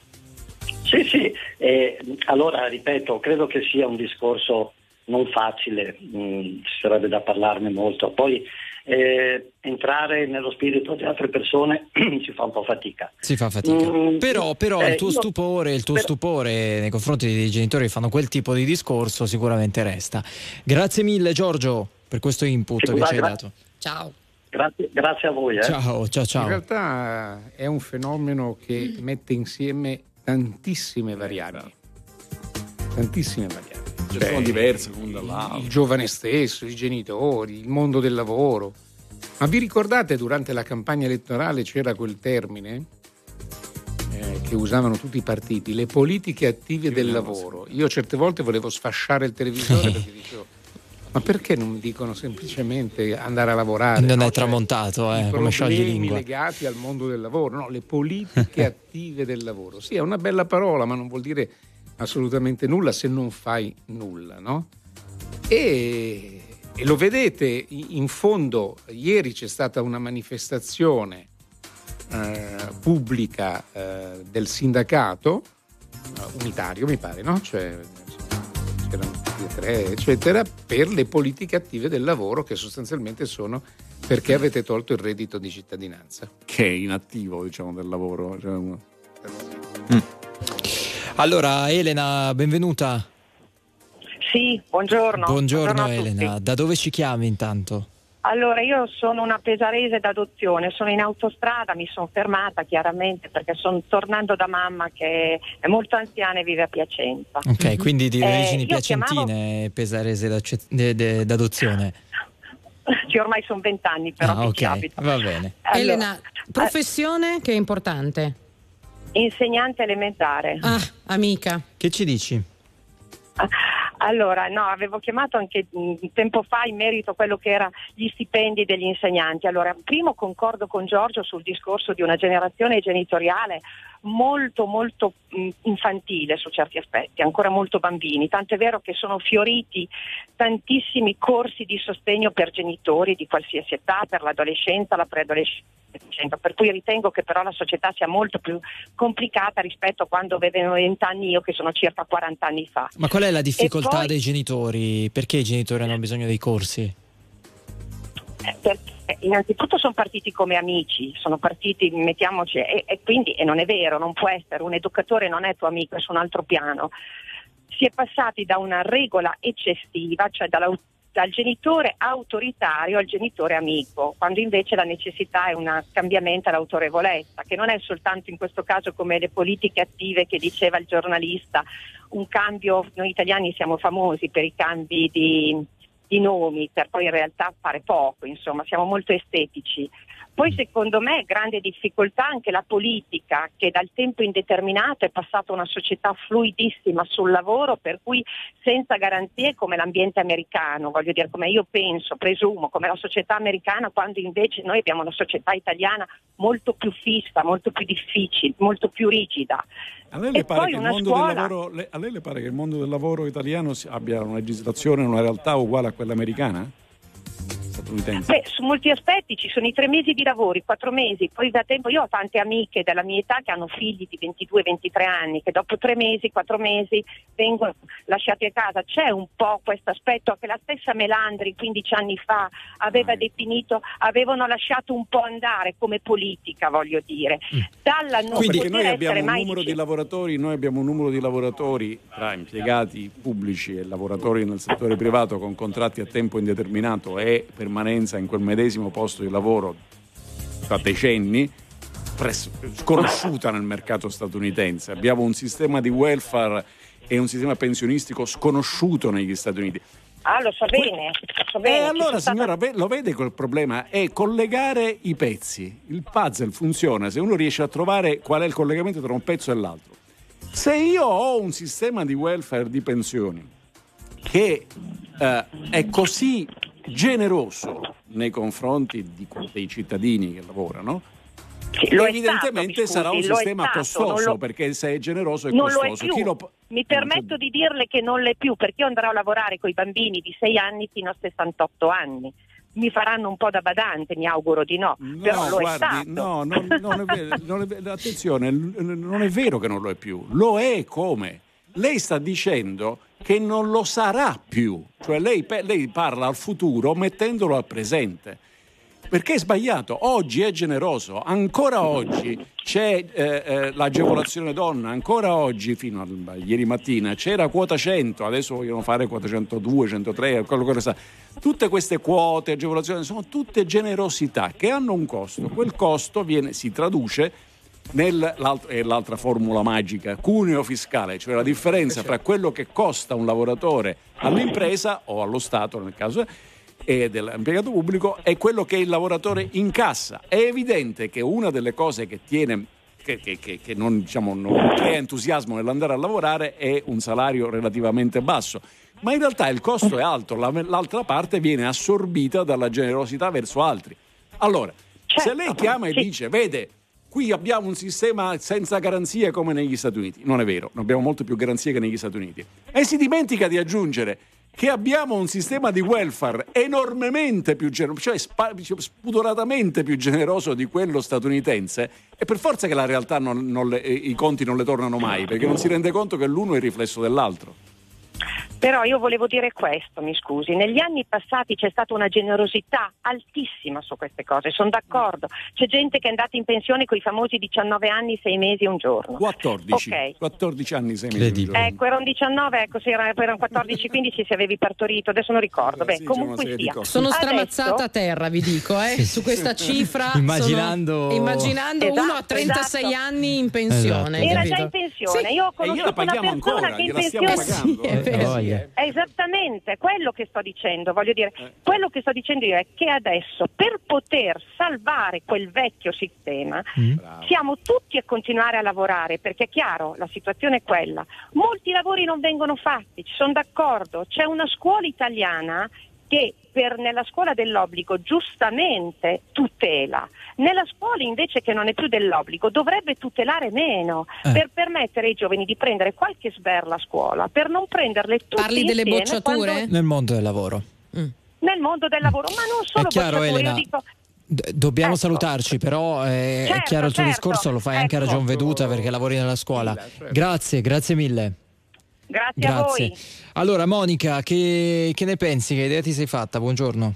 Sì, sì, eh, allora ripeto, credo che sia un discorso non facile, mh, ci sarebbe da parlarne molto. Poi eh, entrare nello spirito di altre persone si fa un po' fatica. Si fa fatica. Mm, Però, però eh, il tuo io- stupore, il tuo per- stupore nei confronti dei genitori che fanno quel tipo di discorso sicuramente resta. Grazie mille Giorgio per questo input Sì, che ci hai gra- dato. Ciao. Grazie, grazie a voi. Eh. Ciao, ciao, In ciao. realtà è un fenomeno che mette insieme tantissime variabili. Tantissime variabili. Ce Cioè, sono diverse l'una dall'altra. il giovane stesso, i genitori, il mondo del lavoro. Ma vi ricordate durante la campagna elettorale c'era quel termine eh, che usavano tutti i partiti, le politiche attive del lavoro? Io certe volte volevo sfasciare il televisore perché dicevo ma perché non dicono semplicemente andare a lavorare? Non no? è Cioè, tramontato, eh, i come sciogli problemi lingua. legati al mondo del lavoro, no, le politiche attive del lavoro. Sì, è una bella parola, ma non vuol dire assolutamente nulla se non fai nulla, no? E, e lo vedete, in fondo, ieri c'è stata una manifestazione eh, pubblica eh, del sindacato eh, unitario, mi pare, no? Cioè, c'erano tutti e tre, eccetera, per le politiche attive del lavoro che sostanzialmente sono perché avete tolto il reddito di cittadinanza. Che è inattivo, diciamo, del lavoro. Cioè, uno- Allora Elena, benvenuta. Sì, buongiorno. Buongiorno a tutti. Elena, da dove ci chiami intanto? Allora, io sono una pesarese d'adozione, sono in autostrada, mi sono fermata chiaramente perché sono tornando da mamma che è molto anziana e vive a Piacenza. Ok, quindi di Eh, origini io piacentine e pesarese d'acce- de- de- d'adozione. Sì, ormai sono vent'anni però Ah, che ok, ci abito. va bene. Allora, Elena, professione che è importante. insegnante elementare. Ah, amica. Che ci dici? Allora, no, avevo chiamato anche mh, tempo fa in merito a quello che era gli stipendi degli insegnanti. Allora, primo concordo con Giorgio sul discorso di una generazione genitoriale molto molto mh, infantile su certi aspetti, ancora molto bambini, tant'è vero che sono fioriti tantissimi corsi di sostegno per genitori di qualsiasi età, per l'adolescenza, la preadolescenza, per cui ritengo che però la società sia molto più complicata rispetto a quando avevo vent'anni io, che sono circa quaranta anni fa. Ma qual è la difficoltà E poi- dei genitori? Perché i genitori hanno bisogno dei corsi? perché eh, innanzitutto sono partiti come amici, sono partiti, mettiamoci, e, e quindi e non è vero, non può essere, un educatore non è tuo amico, è su un altro piano. Si è passati da una regola eccessiva, cioè dalla, dal genitore autoritario al genitore amico, quando invece la necessità è un cambiamento all'autorevolezza, che non è soltanto in questo caso come le politiche attive che diceva il giornalista, un cambio, noi italiani siamo famosi per i cambi di, di nomi, per poi in realtà fare poco, insomma, siamo molto estetici. Poi secondo me grande difficoltà anche la politica, che dal tempo indeterminato è passata a una società fluidissima sul lavoro, per cui senza garanzie come l'ambiente americano, voglio dire, come io penso, presumo, come la società americana, quando invece noi abbiamo una società italiana molto più fissa, molto più difficile, molto più rigida. A lei, le pare che il mondo scuola... del lavoro, le, a lei le pare che il mondo del lavoro italiano abbia una legislazione, una realtà uguale a quella americana? Beh, su molti aspetti ci sono i tre mesi di lavoro, i quattro mesi, poi da tempo io ho tante amiche della mia età che hanno figli di ventidue ventitré anni, che dopo tre mesi, quattro mesi vengono lasciati a casa. C'è un po' questo aspetto che la stessa Melandri quindici anni fa aveva definito, avevano lasciato un po' andare come politica, voglio dire. Dalla non Quindi poter noi abbiamo essere un mai numero di lavoratori, noi abbiamo un numero di lavoratori tra impiegati pubblici e lavoratori nel settore privato con contratti a tempo indeterminato e permanenza in quel medesimo posto di lavoro da decenni, pres- sconosciuta nel mercato statunitense. Abbiamo un sistema di welfare e un sistema pensionistico sconosciuto negli Stati Uniti. Ah, lo so bene, lo so bene. E allora, signora, stata... lo vede quel problema? È collegare i pezzi. Il puzzle funziona se uno riesce a trovare qual è il collegamento tra un pezzo e l'altro. Se io ho un sistema di welfare di pensioni che eh, è così generoso nei confronti di, dei cittadini che lavorano, sì, evidentemente stato, sarà un sistema stato, costoso, lo... perché se è generoso è non costoso. Lo è Chi lo... Mi permetto di dirle che non l'è più, perché io andrò a lavorare con i bambini di sei anni fino a sessantotto anni. Mi faranno un po' da badante, mi auguro di no, no però lo guardi, è stato. No, non, non è vero, non è, attenzione, non è vero che non lo è più, lo è come? Lei sta dicendo che non lo sarà più, cioè lei, lei parla al futuro mettendolo al presente, perché è sbagliato. Oggi è generoso, ancora oggi c'è eh, eh, l'agevolazione donna, ancora oggi fino a ieri mattina c'era quota cento, adesso vogliono fare quota centodue, centotré, quello che sa. Tutte queste quote, agevolazioni sono tutte generosità che hanno un costo, quel costo viene, si traduce nell'altra, è l'altra formula magica, cuneo fiscale, cioè la differenza fra quello che costa un lavoratore all'impresa o allo Stato nel caso e dell'impiegato pubblico e quello che il lavoratore incassa. È evidente che una delle cose che tiene che, che, che, che non, diciamo, non crea entusiasmo nell'andare a lavorare è un salario relativamente basso, ma in realtà il costo è alto, la, l'altra parte viene assorbita dalla generosità verso altri. Allora, certo, se lei chiama e sì. dice, vede, qui abbiamo un sistema senza garanzie come negli Stati Uniti, non è vero, abbiamo molte più garanzie che negli Stati Uniti, e si dimentica di aggiungere che abbiamo un sistema di welfare enormemente più generoso, cioè sp- spudoratamente più generoso di quello statunitense, e per forza che la realtà non, non le, i conti non le tornano mai, perché non si rende conto che l'uno è il riflesso dell'altro. Però io volevo dire questo, mi scusi, negli anni passati c'è stata una generosità altissima su queste cose, sono d'accordo, c'è gente che è andata in pensione con i famosi diciannove anni, sei mesi e un giorno. quattordici, okay. quattordici anni, sei mesi e un giorno. Ecco, erano diciannove, ecco, se erano, erano quattordici quindici se avevi partorito, adesso non ricordo. Beh, sì, comunque sia. Sono stramazzata adesso... a terra, vi dico, eh, sì. su questa cifra. Immaginando, sono... Immaginando esatto, uno a trentasei esatto. anni in pensione. Esatto. Era già in pensione, sì. Io ho conosciuto una persona ancora, che in pensione... Pagando, sì, è vero. Eh, è esattamente quello che sto dicendo, voglio dire, eh. quello che sto dicendo io è che adesso per poter salvare quel vecchio sistema mm. siamo tutti a continuare a lavorare, perché è chiaro, la situazione è quella, molti lavori non vengono fatti, ci sono d'accordo, c'è una scuola italiana che per, nella scuola dell'obbligo giustamente tutela, nella scuola invece che non è più dell'obbligo dovrebbe tutelare meno, eh. per permettere ai giovani di prendere qualche sberla a scuola, per non prenderle tutte Parli delle bocciature? Quando... Nel mondo del lavoro. Mm. Nel mondo del lavoro, ma non solo è chiaro, bocciature, Elena. io dico... Dobbiamo ecco. salutarci, però eh, certo, è chiaro il tuo certo. discorso, lo fai ecco. anche a ragion veduta perché lavori nella scuola. Grazie, grazie mille. Grazie, grazie. a voi. Allora Monica, che, che ne pensi? Che idea ti sei fatta? Buongiorno.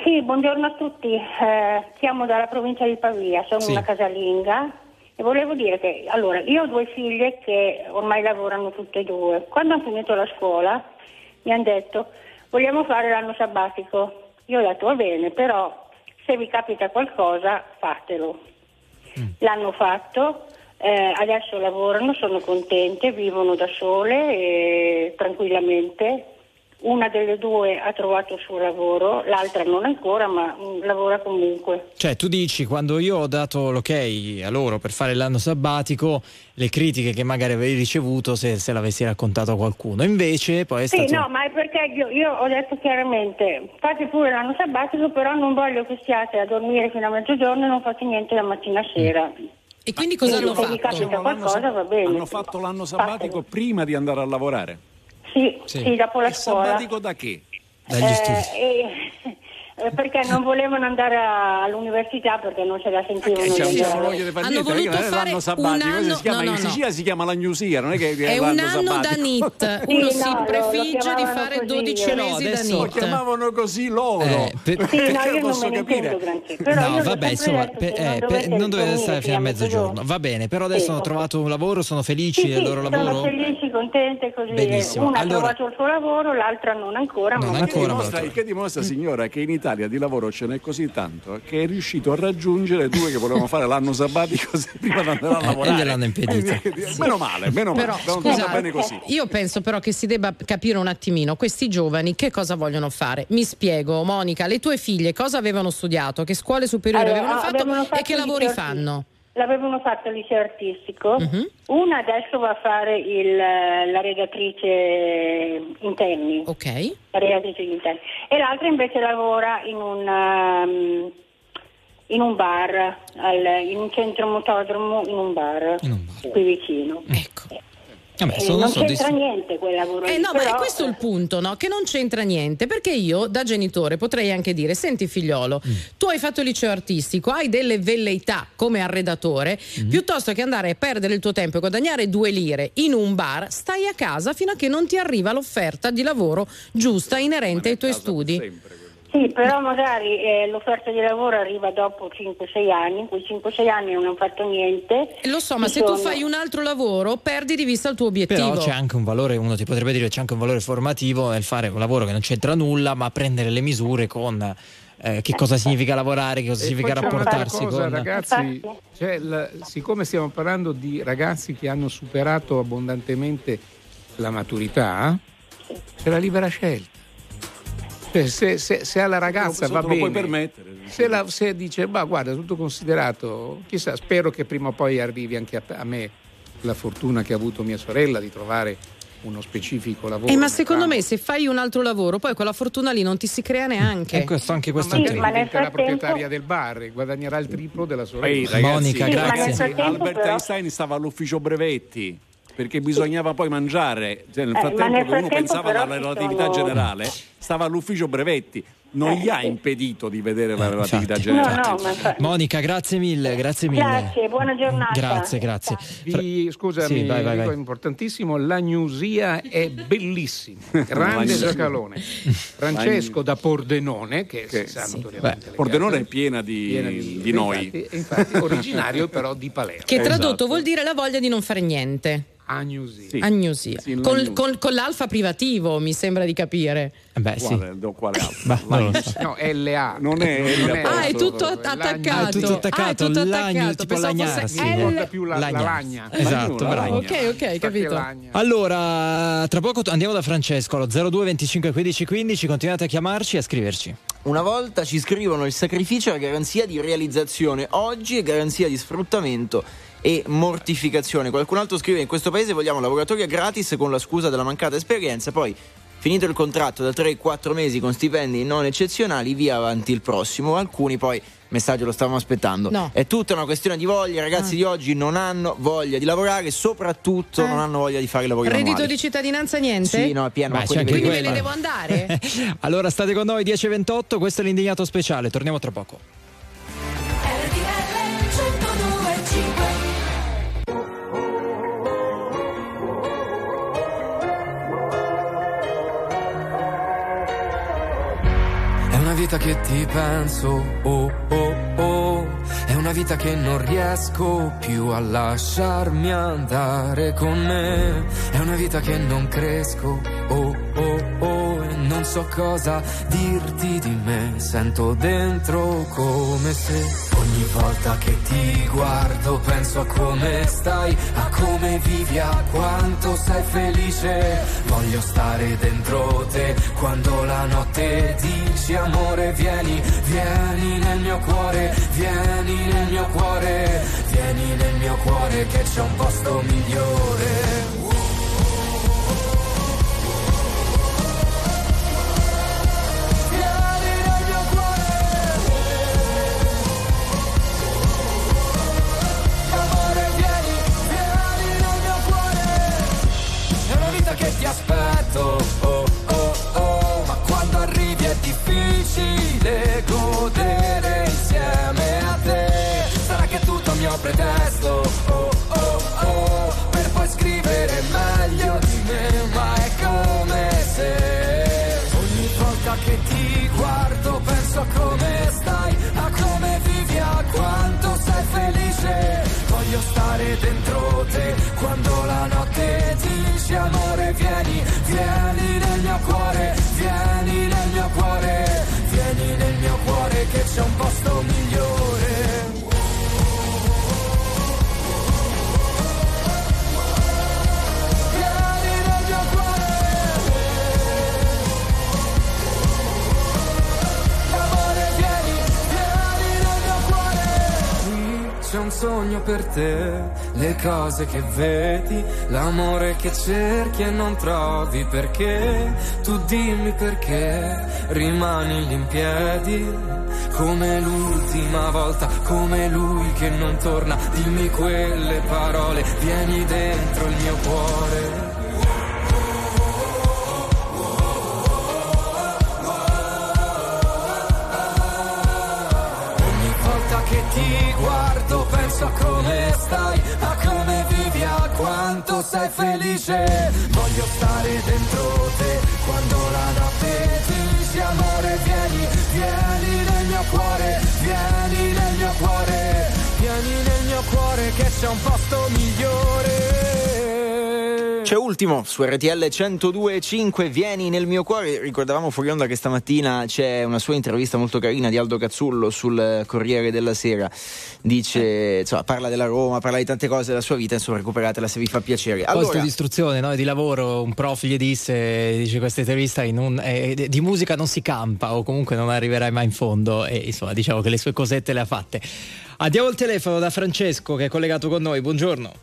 Sì, buongiorno a tutti. Eh, chiamo dalla provincia di Pavia, sono Sì. una casalinga e volevo dire che allora io ho due figlie che ormai lavorano tutte e due. Quando hanno finito la scuola mi hanno detto vogliamo fare l'anno sabbatico. Io ho detto va bene, però se vi capita qualcosa fatelo. Mm. L'hanno fatto, eh, adesso lavorano, sono contente, vivono da sole e tranquillamente. Una delle due ha trovato il suo lavoro, l'altra non ancora, ma mm, lavora comunque. Cioè tu dici, quando io ho dato l'ok a loro per fare l'anno sabbatico, le critiche che magari avevi ricevuto se, se l'avessi raccontato a qualcuno, invece poi è Sì, stato... no, ma è perché io, io ho detto chiaramente fate pure l'anno sabbatico, però non voglio che stiate a dormire fino a mezzogiorno e non fate niente da mattina a sera. E quindi cosa hanno Se vi fatto? capita qualcosa va bene. Hanno fatto l'anno sabbatico Fatelo. prima di andare a lavorare. Sì, Sì. sì, dopo la Il scuola. sabbatico da che? Dagli studi. Eh, eh, perché non volevano andare a- all'università perché non se la sentivano. C'è un di andare. voglia di fare Hanno niente, non è che voluto non è fare l'anno sabbatico, un questo si anno- chiama, no, no, in Sicilia no. si chiama l'agnusia, non è che È un anno da sabbatico. N I T, Sì, uno no, si lo- lo prefigge di chiamavano fare così, dodici eh. No, mesi da adesso- Lo N I T. chiamavano così loro. Eh, per- Sì, no, Perché io non posso me ne capire? intendo granché. Però io No, l'ho vabbè, sempre insomma, detto per- che eh, non, per- dovete non dovete dormire stare fino a fino mezzogiorno. Va bene, però adesso Sì, hanno ok. trovato un lavoro, sono felici Sì, del sì, loro sono lavoro? felici, contente così. Benissimo. Una Allora- ha trovato il suo lavoro, l'altra non ancora. Non ma ancora, Che ma dimostra, lo il che dimostra, signora, che in Italia di lavoro ce n'è così tanto che è riuscito a raggiungere due che volevano fare l'anno sabbatico se prima di andare a Eh, e lavorare. gliel'hanno impedito. Eh, Meno male, meno male. Però, Non scusate, va bene così. io penso però che si debba capire un attimino questi giovani che cosa vogliono fare. Mi spiego, Monica, le tue figlie cosa avevano studiato, che scuole superiori Allora, avevano, fatto avevano fatto e che il lavori liceo fanno? L'avevano fatto al liceo artistico, Mhm. una adesso va a fare il, la redattrice interni, Ok. la redattrice di interni, e l'altra invece lavora in un, um, in un bar, al- in un centro motodromo, in un bar, In un bar. qui vicino. Ecco. Vabbè, Eh, sono non c'entra soddisf- niente quel lavoro Eh lì, no, ma però, è questo il punto, no? Che non c'entra niente, perché io da genitore potrei anche dire: senti figliolo, Mm. tu hai fatto il liceo artistico, hai delle velleità come arredatore, Mm. piuttosto che andare a perdere il tuo tempo e guadagnare due lire in un bar, stai a casa fino a che non ti arriva l'offerta di lavoro giusta inerente ai tuoi studi. Sì, però magari eh, l'offerta di lavoro arriva dopo cinque sei anni, in quei cinque sei anni non ho fatto niente. Lo so, ma Ci se tu sono- fai un altro lavoro, perdi di vista il tuo obiettivo. Però c'è anche un valore, uno ti potrebbe dire c'è anche un valore formativo nel fare un lavoro che non c'entra nulla, ma prendere le misure con eh, che cosa significa lavorare, che cosa E significa poi c'è un'altra rapportarsi cosa, con... ragazzi, cioè, il- siccome stiamo parlando di ragazzi che hanno superato abbondantemente la maturità, c'è la libera scelta. Cioè, se, se, se alla ragazza Se va te lo puoi bene, permettere. se, la- se dice ma guarda, tutto considerato, chissà, spero che prima o poi arrivi anche a, a me la fortuna che ha avuto mia sorella di trovare uno specifico lavoro. Eh, ma secondo me se fai un altro lavoro, poi quella fortuna lì non ti si crea neanche. E questo, anche questo Ma è un magari tema. diventa la proprietaria del bar e guadagnerà il triplo della sorella. Ehi, ragazzi, Monica, Sì, ma nel grazie. frattempo Albert però- Einstein stava all'ufficio brevetti perché bisognava poi mangiare. Cioè, nel Eh, frattempo ma nel che uno frattempo pensava però alla ci relatività sono- generale, stava all'ufficio brevetti. Non Eh, gli ha sì. impedito di vedere la Eh, relatività infatti. No, generale. no, ma fa- Monica, grazie mille, grazie mille. Grazie, buona giornata. Grazie, grazie. Vi, scusami, Sì, vai, vai, Enrico, vai. è importantissimo, l'agnusia è bellissima, grande L'agnusia. giacalone. Francesco da Pordenone, che, si sa notoriamente Beh, Pordenone è legato- piena di, piena di noi. Infatti, infatti originario però di Palermo. Che tradotto Esatto. vuol dire la voglia di non fare niente. Agnusia. Sì. Agnosia. Sì, Con, l'agnosia. con- con l'alfa privativo, mi sembra di capire. Eh Beh, sì. Quale, do- quale altro? Bah, non lo so. No, L A. Non è L A. Ah, è tutto L'agno- attaccato. Ah, è tutto attaccato, Ah, è tutto l'agno, attaccato. tipo Pensavo fosse lagnarsi. L- Non conta più la, la Lagna. lagna. Esatto, La bravo. lagna. Ok, ok, capito. Lagna. Allora, tra poco andiamo da Francesco allo zero due venticinque quindici quindici, continuate a chiamarci e a scriverci. Una volta ci scrivono: il sacrificio è garanzia di realizzazione, oggi è garanzia di sfruttamento e mortificazione. Qualcun altro scrive: in questo paese vogliamo lavoratoria gratis con la scusa della mancata esperienza, poi finito il contratto da tre quattro mesi con stipendi non eccezionali, via avanti il prossimo. Alcuni poi, messaggio lo stavamo aspettando, No. è tutta una questione di voglia. I ragazzi Ah. di oggi non hanno voglia di lavorare, soprattutto Eh. non hanno voglia di fare i lavori Reddito manuali. di cittadinanza niente? Sì, no, è pieno, Beh, ma c'è quelli anche veri- Quindi me ne quello. devo andare? Allora state con noi dieci e ventotto, questo è l'indignato speciale, torniamo tra poco. È una vita che che ti penso, oh oh oh. È una vita che non riesco più a lasciarmi andare con me. È una vita che non cresco, oh oh oh. E non so cosa dirti di me. Sento dentro come se ogni volta che ti guardo penso a come stai, a come vivi, a quanto sei felice. Voglio stare dentro te quando la notte dici amore vieni, vieni nel mio cuore, vieni nel mio cuore, vieni nel mio cuore che c'è un posto migliore. Che ti aspetto, oh oh oh, ma quando arrivi è difficile godere insieme a te. Sarà che tutto a mio pretesto, oh oh oh, per poi scrivere meglio di me, ma è come se ogni volta che ti guardo penso a come stai, a come vivi, a quanto sei felice. Voglio stare dentro te quando la notte dici amore vieni, vieni nel mio cuore, vieni nel mio cuore, vieni nel mio cuore che c'è un posto migliore. C'è un sogno per te, le cose che vedi, l'amore che cerchi e non trovi, perché tu dimmi perché rimani lì in piedi, come l'ultima volta, come lui che non torna, dimmi quelle parole, vieni dentro il mio cuore. Ti guardo, penso a come stai, a come vivi, a quanto sei felice. Voglio stare dentro te quando la notte dici amore vieni, vieni nel mio cuore, vieni nel mio cuore, vieni nel mio cuore che c'è un posto migliore. C'è Ultimo su R T L centodue e cinque, vieni nel mio cuore. Ricordavamo fuori onda che stamattina c'è una sua intervista molto carina di Aldo Cazzullo sul Corriere della Sera. Dice, insomma, parla della Roma, parla di tante cose della sua vita, insomma, recuperatela se vi fa piacere. Allora, posto di istruzione, no? Di lavoro, un prof gli disse, dice questa intervista in un, eh, di musica non si campa o comunque non arriverai mai in fondo, e insomma diciamo che le sue cosette le ha fatte. Andiamo al telefono da Francesco che è collegato con noi, buongiorno.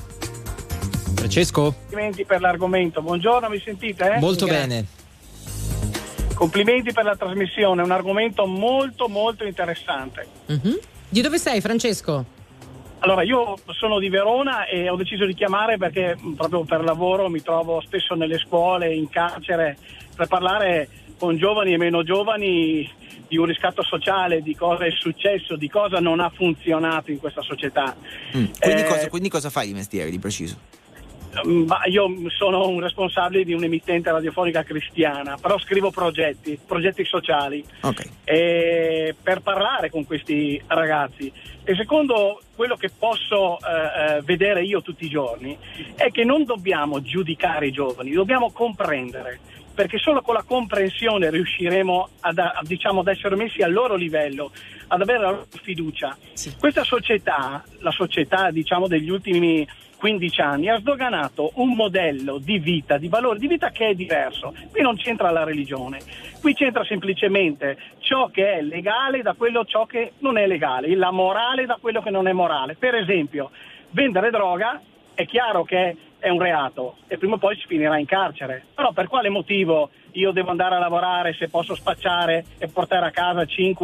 Francesco? Complimenti per l'argomento, buongiorno, mi sentite? Eh? Molto Grazie. bene. Complimenti per la trasmissione, è un argomento molto molto interessante. Mm-hmm. Di dove sei, Francesco? Allora, io sono di Verona e ho deciso di chiamare perché proprio per lavoro mi trovo spesso nelle scuole, in carcere, per parlare con giovani e meno giovani di un riscatto sociale, di cosa è successo, di cosa non ha funzionato in questa società. Mm. Quindi, eh, cosa, quindi cosa fai di mestiere, di preciso? Ma io sono un responsabile di un'emittente radiofonica cristiana, però scrivo progetti, progetti sociali, okay. e per parlare con questi ragazzi. E secondo quello che posso eh, vedere io tutti i giorni è che non dobbiamo giudicare i giovani, dobbiamo comprendere, perché solo con la comprensione riusciremo ad, a, diciamo, ad essere messi al loro livello, ad avere la loro fiducia. Sì. Questa società, la società diciamo degli ultimi quindici anni, ha sdoganato un modello di vita, di valore di vita che è diverso. Qui non c'entra la religione, qui c'entra semplicemente ciò che è legale da quello ciò che non è legale, la morale da quello che non è morale. Per esempio, vendere droga è chiaro che è un reato e prima o poi si finirà in carcere, però per quale motivo io devo andare a lavorare se posso spacciare e portare a casa cinque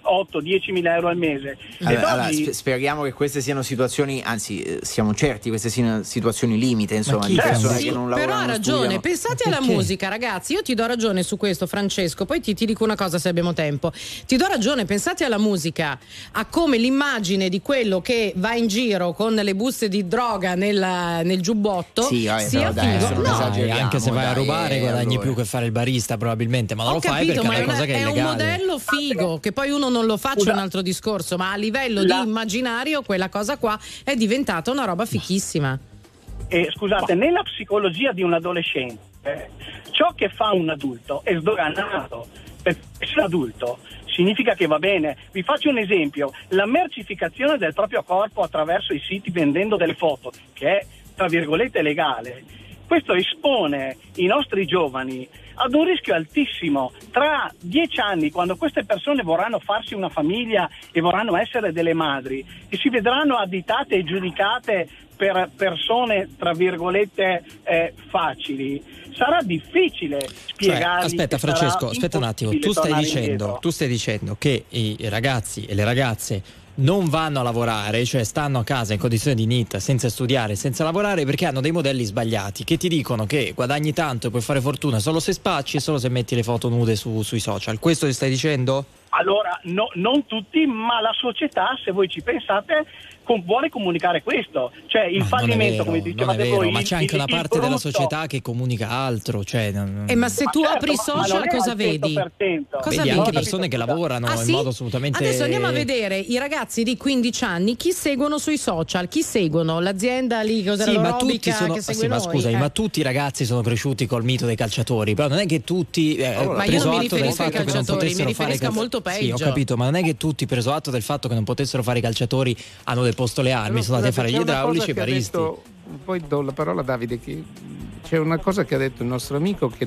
otto dieci mila euro al mese. Allora, Ed allora, oggi- sp- speriamo che queste siano situazioni, anzi eh, siamo certi queste siano situazioni limite, insomma, di Certo, persone sì, che non però lavorano, ha ragione, studiano. pensate alla Perché? musica, ragazzi. Io ti do ragione su questo, Francesco. Poi ti, ti dico una cosa se abbiamo tempo. Ti do ragione, pensate alla musica, a come l'immagine di quello che va in giro con le buste di droga nel, nel giubbotto Sì, vabbè, sia però dai, figo. adesso non No, esageriamo, anche se vai a dai, rubare eh, guadagni allora. più che fare il barista probabilmente, ma non ho lo fai capito, perché ma è è, una cosa che è è un illegale. modello figo, che poi uno non lo faccia è un altro discorso, ma a livello La- di immaginario quella cosa qua è diventata una roba fichissima. Eh, scusate, nella psicologia di un adolescente, eh, ciò che fa un adulto è sdoganato. Perché essere adulto significa che va bene. Vi faccio un esempio: la mercificazione del proprio corpo attraverso i siti vendendo delle foto, che è tra virgolette legale. Questo espone i nostri giovani ad un rischio altissimo. Tra dieci anni, quando queste persone vorranno farsi una famiglia e vorranno essere delle madri e si vedranno additate e giudicate per persone tra virgolette eh, facili, sarà difficile Cioè, spiegargli. aspetta che sarà Francesco, aspetta un attimo, tu impossibile stai tornare dicendo, indietro. tu stai dicendo che i ragazzi e le ragazze non vanno a lavorare, cioè stanno a casa in condizioni di N I T senza studiare, senza lavorare, perché hanno dei modelli sbagliati che ti dicono che guadagni tanto e puoi fare fortuna solo se spacci e solo se metti le foto nude su, sui social. Questo ti stai dicendo? Allora, no, non tutti, ma la società, se voi ci pensate, com- vuole comunicare questo. Cioè il Ma non è fallimento, vero, come non è dicevate vero, voi. ma il- c'è anche il- una il parte della brutto- società che comunica altro, cioè non- Eh, ma se tu certo, apri i ma- ma social non è cosa al vedi? cento per cento. Cosa vedi vedi? anche persone che lavorano Ah, in sì? modo assolutamente. Adesso andiamo a vedere i ragazzi di quindici anni chi seguono sui social, chi seguono l'azienda lì cos'era Sì, ma l'aerobica tutti sono, che sì, segue ma noi? scusami, Eh. ma tutti i ragazzi sono cresciuti col mito dei calciatori, però non è che tutti eh, Ma io preso non mi atto del riferisco ai fatto che non calciatori, mi potessero fare riferisco a cal- molto Sì, ho peggio. capito, ma non è che tutti preso atto del fatto che non potessero fare i calciatori hanno deposto le armi, Però, sono andati a scusate, fare gli c'è una cosa idraulici e i che ha baristi. detto- poi do la parola a Davide, che c'è una cosa che ha detto il nostro amico che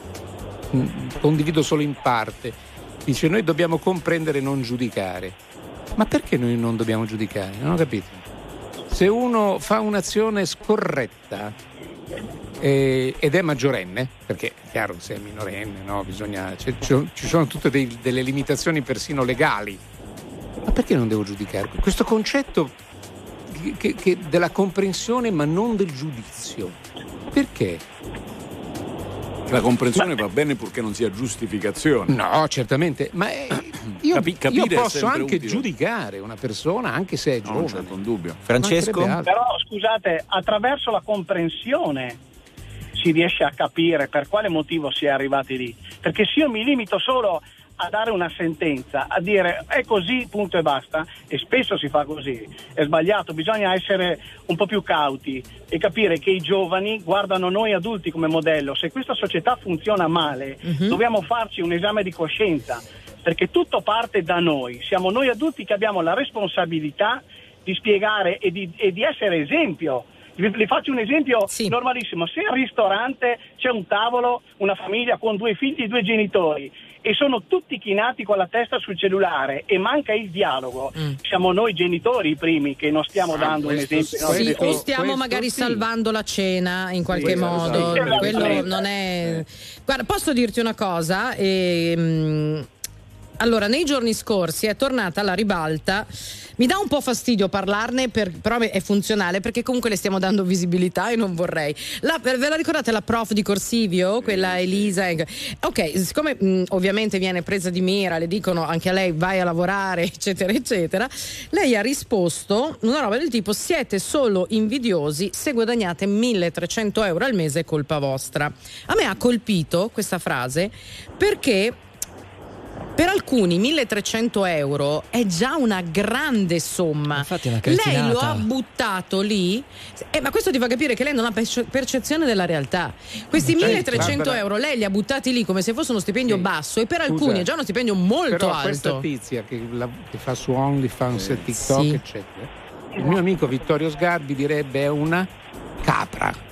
mm, condivido solo in parte. Dice: noi dobbiamo comprendere e non giudicare. Ma perché noi non dobbiamo giudicare? Non ho capito. Se uno fa un'azione scorretta eh, ed è maggiorenne, perché è chiaro che se è minorenne, no, bisogna, c'è- ci ci sono tutte dei- delle limitazioni persino legali. Ma perché non devo giudicare? Questo concetto che- che- che della comprensione ma non del giudizio. Perché? La comprensione va bene purché non sia giustificazione. No, certamente, ma eh, io, Capi- capire io è posso sempre anche utile. giudicare una persona anche se è No, giovane. non c'è alcun dubbio. Francesco? Mancherebbe altro. Però scusate, attraverso la comprensione si riesce a capire per quale motivo si è arrivati lì. Perché se io mi limito solo a dare una sentenza, a dire è così, punto e basta, e spesso si fa così, è sbagliato. Bisogna essere un po' più cauti e capire che i giovani guardano noi adulti come modello. Se questa società funziona male, Mhm. dobbiamo farci un esame di coscienza, perché tutto parte da noi. Siamo noi adulti che abbiamo la responsabilità di spiegare e di, e di essere esempio. Vi, vi faccio un esempio normalissimo: se al ristorante c'è un tavolo, una famiglia con due figli e due genitori e sono tutti chinati con la testa sul cellulare e manca il dialogo, siamo noi genitori i primi che non stiamo Ah, dando un questo esempio. ai Sì, nostri o figli. stiamo questo magari sì. salvando la cena in qualche Sì, modo. sì, sì, Quello sì. non è. Guarda, posso dirti una cosa? Ehm, Allora, nei giorni scorsi è tornata alla ribalta. Mi dà un po' fastidio parlarne, per, però è funzionale perché comunque le stiamo dando visibilità e non vorrei. La, ve la ricordate la prof di Corsivio, quella Elisa? Ok, siccome mh, ovviamente viene presa di mira, le dicono anche a lei vai a lavorare, eccetera, eccetera, lei ha risposto una roba del tipo: siete solo invidiosi se guadagnate milletrecento euro al mese, è colpa vostra. A me ha colpito questa frase perché per alcuni milletrecento euro è già una grande somma. Infatti è una Lei cretinata. lo ha buttato lì, eh, ma questo ti fa capire che lei non ha perce- percezione della realtà. Questi Certo, milletrecento guarda- euro lei li ha buttati lì come se fosse uno stipendio Sì. basso, e per Scusa, alcuni è già uno stipendio molto però questa alto. tizia che, la- che fa su OnlyFans e TikTok, Sì. eccetera, il mio amico Vittorio Sgarbi direbbe è una capra.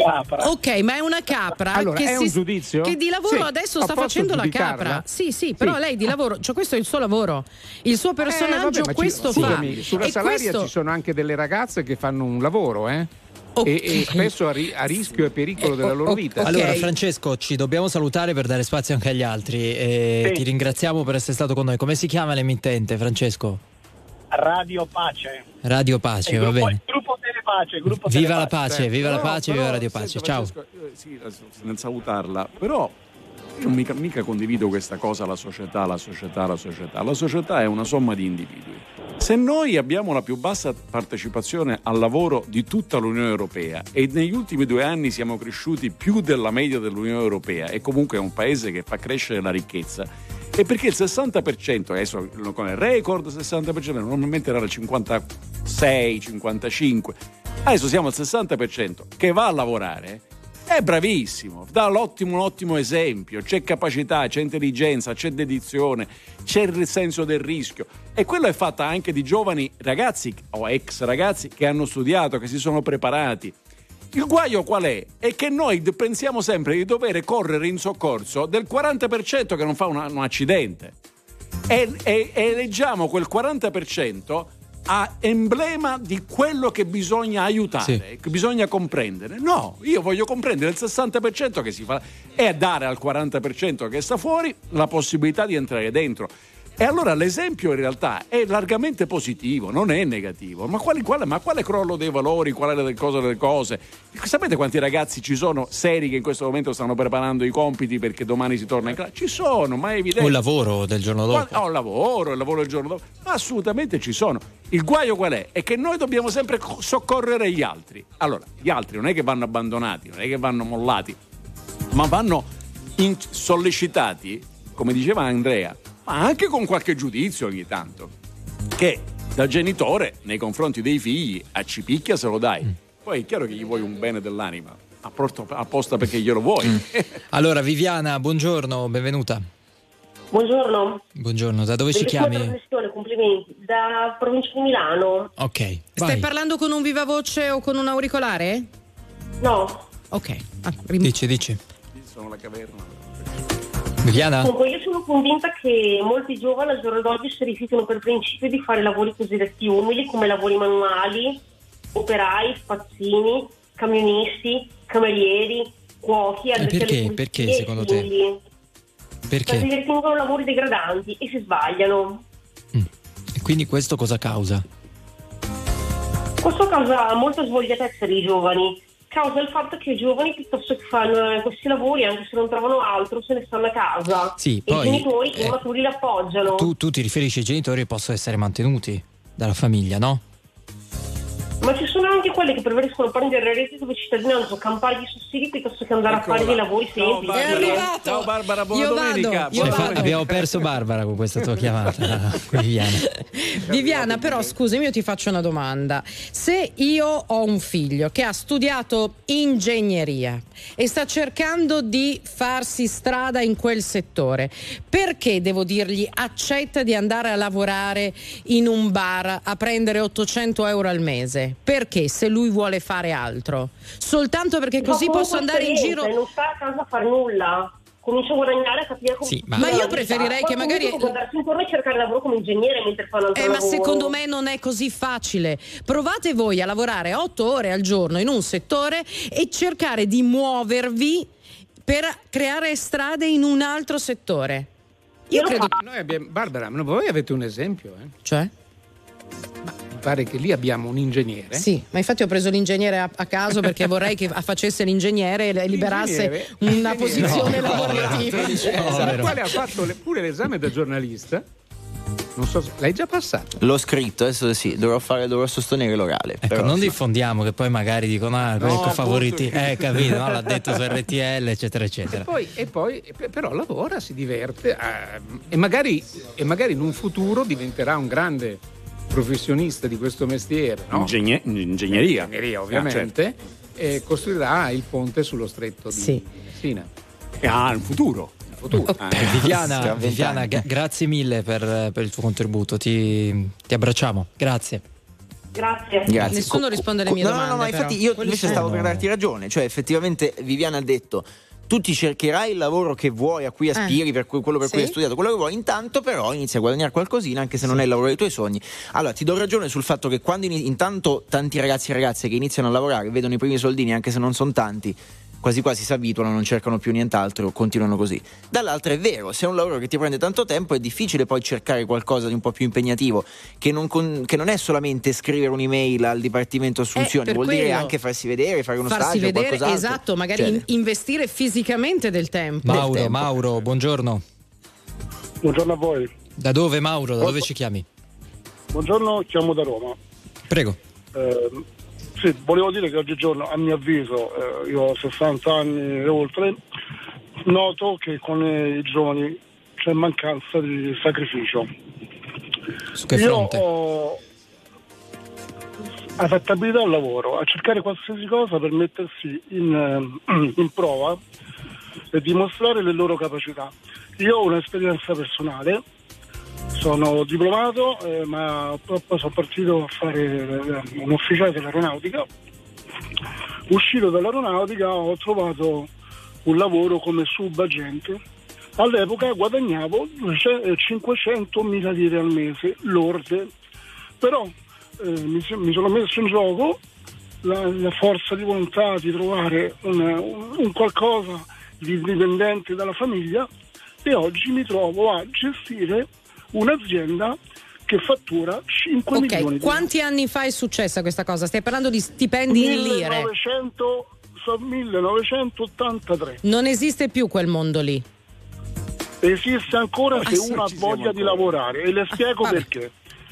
Ok, ma è una capra Allora, che, è si- un giudizio? che di lavoro Sì. adesso Ma sta posso facendo la giudicarla? capra. Sì, sì, però Sì. lei di lavoro, cioè questo è il suo lavoro. Il suo personaggio Eh, vabbè, ma ci- questo scusami, fa. sulla E Salaria questo ci sono anche delle ragazze che fanno un lavoro, eh? e, e spesso a, ri- a rischio e pericolo della loro vita. Allora Francesco, ci dobbiamo salutare per dare spazio anche agli altri e Sì. ti ringraziamo per essere stato con noi. Come si chiama l'emittente, Francesco? Radio Pace. Radio Pace, Il va gruppo, bene. il gruppo Telepace, gruppo Viva la Telepace. pace, viva la No, pace, però, viva Radio Pace. senta, Ciao. Francesco, eh, sì, adesso, nel salutarla, però io non mica, mica condivido questa cosa, la società, la società, la società. La società è una somma di individui. Se noi abbiamo la più bassa partecipazione al lavoro di tutta l'Unione Europea e negli ultimi due anni siamo cresciuti più della media dell'Unione Europea e comunque è un paese che fa crescere la ricchezza, è perché il sessanta per cento, adesso con il record sessanta per cento, normalmente era il cinquantasei cinquantacinque, adesso siamo al sessanta per cento che va a lavorare. È bravissimo, dà l'ottimo, un ottimo esempio, c'è capacità, c'è intelligenza, c'è dedizione, c'è il senso del rischio e quello è fatto anche di giovani ragazzi o ex ragazzi che hanno studiato, che si sono preparati. Il guaio qual è? È che noi pensiamo sempre di dover correre in soccorso del quaranta per cento che non fa una, un accidente e, e, e eleggiamo quel quaranta per cento a emblema di quello che bisogna aiutare, Sì. che bisogna comprendere. No, io voglio comprendere il sessanta per cento che si fa e dare al quaranta per cento che sta fuori la possibilità di entrare dentro. E allora l'esempio in realtà è largamente positivo, non è negativo. Ma quale, quale, ma quale crollo dei valori, qual è la cosa delle cose? Sapete quanti ragazzi ci sono seri che in questo momento stanno preparando i compiti perché domani si torna in classe? Ci sono, ma è evidente. O il lavoro del giorno dopo. O il lavoro, il lavoro del giorno dopo. Ma assolutamente ci sono. Il guaio qual è? È che noi dobbiamo sempre soccorrere gli altri. Allora, gli altri non è che vanno abbandonati, non è che vanno mollati, ma vanno in- sollecitati, come diceva Andrea, ma anche con qualche giudizio ogni tanto, che da genitore nei confronti dei figli a ci picchia se lo dai. Poi è chiaro che gli vuoi un bene dell'anima, apposta perché glielo vuoi. Allora Viviana, buongiorno, benvenuta. Buongiorno. Buongiorno, da dove ci Bellissima chiami? trasmissione, complimenti. Da provincia di Milano. Ok, Stai vai. parlando con un viva voce o con un auricolare? No. Ok. Ah, rim- Dici, dici. Sono la caverna. Viviana? Comunque io sono convinta che molti giovani al giorno d'oggi si rifiutano per principio di fare lavori cosiddetti umili come lavori manuali, operai, spazzini, camionisti, camerieri, cuochi, Eh, addetti alle perché? pulizie Perché e secondo te? simili. Perché? Perché li ritengono lavori degradanti e si sbagliano. E quindi questo cosa causa? Questo causa molta svogliatezza dei giovani, causa il fatto che i giovani piuttosto che fanno questi lavori, anche se non trovano altro, se ne stanno a casa. Sì, e poi, i genitori eh, immaturi li appoggiano. Tu, tu ti riferisci ai genitori che possono essere mantenuti dalla famiglia, no? Ma ci sono anche quelli che preferiscono prendere il reddito di cittadinanza o campare i sussidi piuttosto che andare Eccola. a fare dei lavori Ciao, semplici. Barbara. Ciao Barbara, buona Io vado, domenica. io Buona vado. domenica. Abbiamo perso Barbara con questa tua chiamata, Viviana. Viviana, però scusami, io ti faccio una domanda. Se io ho un figlio che ha studiato ingegneria e sta cercando di farsi strada in quel settore, perché devo dirgli accetta di andare a lavorare in un bar a prendere ottocento euro al mese? Perché se lui vuole fare altro? Soltanto perché così Ma posso comunque andare in esperienza, giro? e non sta a casa a fare nulla. Comincia a guadagnare, a capire come Sì, ma- funziona Ma io la vita. preferirei Poi che magari- comunque guardarsi intorno e cercare lavoro come ingegnere mentre fa un altro Eh, ma lavoro. secondo me non è così facile. Provate voi a lavorare otto ore al giorno in un settore e cercare di muovervi per creare strade in un altro settore. Io credo. Noi abbiamo, Barbara, ma voi avete un esempio, eh? Cioè? Mi pare che lì abbiamo un ingegnere. Sì, ma infatti ho preso l'ingegnere a, a caso perché vorrei che facesse l'ingegnere e liberasse L'ingegnere? una posizione No, lavorativa. Esatto, il quale ha fatto le- pure l'esame da giornalista. Non so se l'hai già passato. L'ho scritto, adesso sì, dovrò fare, dovrò sostenere l'orale. Ecco, però non sì. diffondiamo che poi magari dicono ah, No, ecco favoriti, appunto. eh capito, no? L'ha detto su R T L eccetera eccetera. E poi, e poi e però lavora, si diverte eh, e, magari, e magari in un futuro diventerà un grande professionista di questo mestiere, no? Ingegne- ingegneria. Ingegneria, ovviamente, e costruirà il ponte sullo stretto di Sì. Messina. Ah, il futuro. Il futuro. Ah, Eh, Viviana, Tra vent'anni. Viviana gra- grazie mille per, per il tuo contributo, ti, ti abbracciamo, grazie. Grazie. Grazie. Nessuno risponde alle mie no, domande, No, no, ma però. infatti io Quelli invece sono- stavo per darti ragione, cioè effettivamente Viviana ha detto tu ti cercherai il lavoro che vuoi, a cui aspiri, eh. per cui, quello per sì. cui hai studiato, quello che vuoi, intanto però inizi a guadagnare qualcosina, anche se sì. non è il lavoro dei tuoi sogni. Allora ti do ragione sul fatto che quando in, intanto tanti ragazzi e ragazze che iniziano a lavorare vedono i primi soldini, anche se non sono tanti, quasi quasi si abituano, non cercano più nient'altro, continuano così. Dall'altra è vero, se è un lavoro che ti prende tanto tempo è difficile poi cercare qualcosa di un po' più impegnativo, che non, con, che non è solamente scrivere un'email al dipartimento assunzioni, eh, vuol quello. dire anche farsi vedere, fare uno farsi stage vedere, o qualcos'altro. Esatto, magari in, investire fisicamente del tempo. Mauro, del tempo. Mauro, buongiorno. Buongiorno a voi. Da dove, Mauro? Da dove ci chiami? Buongiorno, chiamo da Roma. Prego. Eh, Sì, volevo dire che oggigiorno, a mio avviso, eh, io ho sessanta anni e oltre, noto che con i giovani c'è mancanza di sacrificio. Su che fronte? Io ho adattabilità al lavoro, a cercare qualsiasi cosa per mettersi in, in prova e dimostrare le loro capacità. Io ho un'esperienza personale. Sono diplomato, eh, ma poi sono partito a fare eh, un ufficiale dell'aeronautica. Uscito dall'aeronautica ho trovato un lavoro come subagente. All'epoca guadagnavo cinquecentomila lire al mese, lorde. Però eh, mi, mi sono messo in gioco la, la forza di volontà di trovare un, un, un qualcosa di indipendente dalla famiglia, e oggi mi trovo a gestire un'azienda che fattura cinque okay, milioni di quanti anni fa è successa questa cosa? Stai parlando di stipendi in lire? millenovecento, millenovecentottantatré. Non esiste più quel mondo lì? Esiste ancora se ah, sì, uno ha voglia di lavorare, e le spiego ah, perché.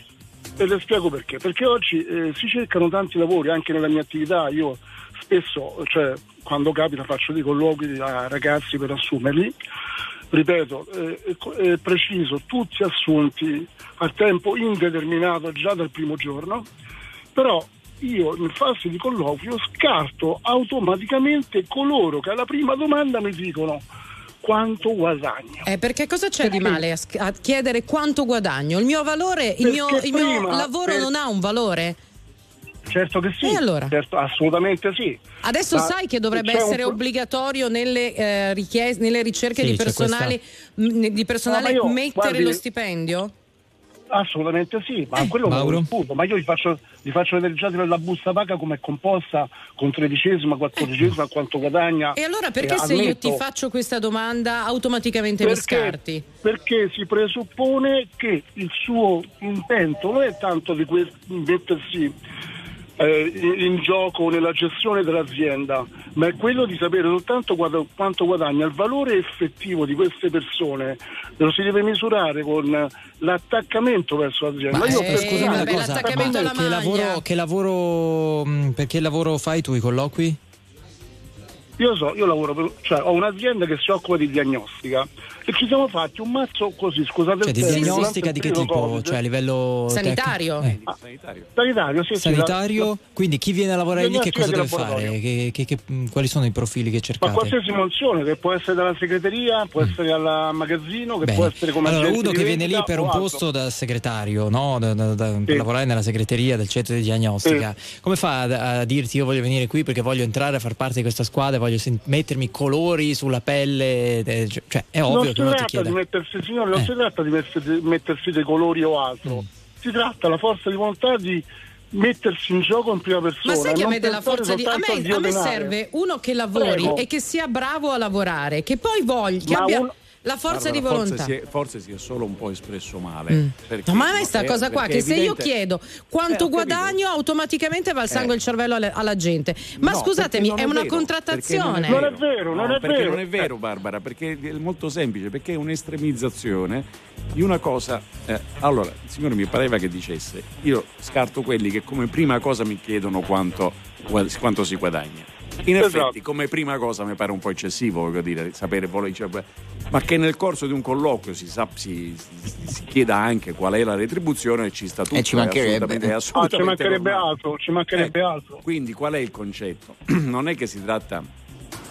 E le spiego perché. Perché oggi eh, si cercano tanti lavori, anche nella mia attività. Io spesso, cioè quando capita, faccio dei colloqui a ragazzi per assumerli. Ripeto, è eh, eh, preciso, tutti assunti a tempo indeterminato già dal primo giorno, però io in fase di colloquio scarto automaticamente coloro che alla prima domanda mi dicono quanto guadagno. Eh, perché cosa c'è perché? di male a, a chiedere quanto guadagno? Il mio valore, il mio, il mio lavoro per... non ha un valore? Certo che sì, e allora? certo, assolutamente sì. Adesso Ma sai che dovrebbe essere un... obbligatorio nelle, eh, richieste, nelle ricerche sì, di personale, mh, di personale no, io, mettere guardi, lo stipendio? Assolutamente sì, ma eh, quello non lo discuto. Ma io vi faccio, vi faccio vedere già la busta paga come è composta, con tredicesima, quattordicesima, eh. quanto guadagna. E allora perché eh, se ammetto, io ti faccio questa domanda automaticamente perché, mi scarti? Perché si presuppone che il suo intento non è tanto di que- mettersi Eh, in gioco nella gestione dell'azienda, ma è quello di sapere soltanto quanto, quanto guadagna. Il valore effettivo di queste persone lo si deve misurare con l'attaccamento verso l'azienda. Ma io eh, per scusami una cosa, l'attaccamento alla che lavoro, che lavoro per che lavoro fai tu i colloqui? Io so, io lavoro per, cioè ho un'azienda che si occupa di diagnostica e ci siamo fatti un mazzo così, scusate, cioè, di diagnostica di che tipo? COVID. Cioè a livello sanitario? Eh. Ah, sanitario. Sanitario, sì, sanitario sì, la, quindi chi viene a lavorare lì che cosa deve fare? Che, che, che, quali sono i profili che cercate? Ma qualsiasi funzione, che può essere dalla segreteria, può mm. essere al magazzino, che Bene. può essere come allora uno di che viene lì per un altro. posto da segretario, no? Da, da, da, sì. per lavorare nella segreteria del centro di diagnostica, sì. come fa a, a dirti io voglio venire qui perché voglio entrare a far parte di questa squadra, voglio sen- mettermi colori sulla pelle, eh, cioè è ovvio non che uno ti chiede. chiede. Di mettersi, signore, non eh. si tratta di mettersi, mettersi dei colori o altro, mm. si tratta la forza di volontà di mettersi in gioco in prima persona. Ma sai che a me della forza di a me, a me serve uno che lavori Prego. e che sia bravo a lavorare, che poi voglia, che Ma abbia un... la forza Guarda, di volontà. Forse si, è, forse si è solo un po' espresso male. Mm. Perché, no, ma a me sta no, cosa è, qua, che se evidente... io chiedo quanto eh, guadagno, automaticamente va il sangue e eh. il cervello alla, alla gente. Ma no, scusatemi, è, è una vero, contrattazione. Non è vero, non no, è perché vero. non è vero, Barbara, perché è molto semplice, perché è un'estremizzazione di una cosa. Eh, allora, il signore mi pareva che dicesse: io scarto quelli che come prima cosa mi chiedono quanto, quanto si guadagna. In effetti, esatto. come prima cosa mi pare un po' eccessivo, voglio dire, sapere, cioè, ma che nel corso di un colloquio si, sa, si, si, si chieda anche qual è la retribuzione e ci sta tutto. E ci mancherebbe, assolutamente, assolutamente ah, ci mancherebbe altro, ci mancherebbe eh, altro. Quindi qual è il concetto? Non è che si tratta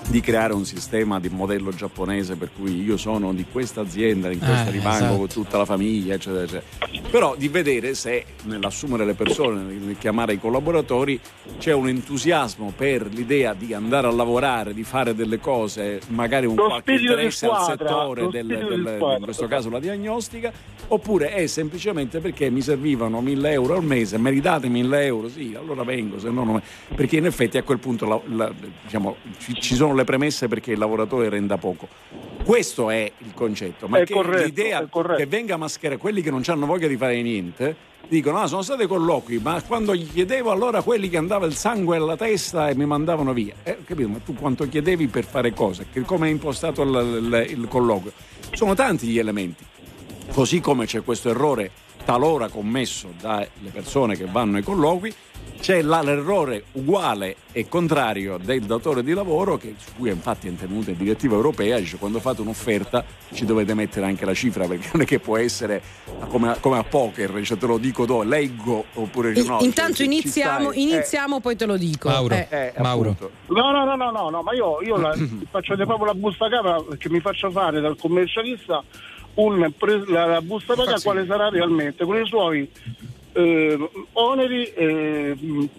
di creare un sistema di modello giapponese per cui io sono di questa azienda, in questa eh, rimango esatto. con tutta la famiglia, eccetera, eccetera. Però di vedere se nell'assumere le persone, nel chiamare i collaboratori, c'è un entusiasmo per l'idea di andare a lavorare, di fare delle cose, magari un Lo qualche spirito di interesse al squadra, settore lo del, spirito di del, squadra. in questo caso la diagnostica, oppure è semplicemente perché mi servivano mille euro al mese, me li date mille euro, sì, allora vengo, se no non... perché in effetti a quel punto la, la, diciamo, ci, ci sono le premesse perché il lavoratore renda poco. Questo è il concetto, ma È che corretto, l'idea è corretto. che venga a mascherare quelli che non hanno voglia di fare niente, dicono ah sono stati colloqui, ma quando gli chiedevo allora quelli che andava il sangue alla testa e mi mandavano via, eh, capito? Ma tu quanto chiedevi per fare cosa? Che come è impostato il, il, il colloquio? Sono tanti gli elementi, così come c'è questo errore talora commesso dalle persone che vanno ai colloqui, c'è là l'errore uguale e contrario del datore di lavoro, che su cui infatti è intervenuta in direttiva europea, dice quando fate un'offerta ci dovete mettere anche la cifra, perché non è che può essere come, come a poker, cioè te lo dico do, leggo oppure no. Intanto cioè, iniziamo, stai, iniziamo poi te lo dico. Mauro, Eh. eh, Mauro. appunto. No, no, no, no, no, no, ma io, io la, faccio proprio la busta paga che mi faccio fare dal commercialista un pre- la, la busta paga quale sarà realmente con i suoi eh, oneri e,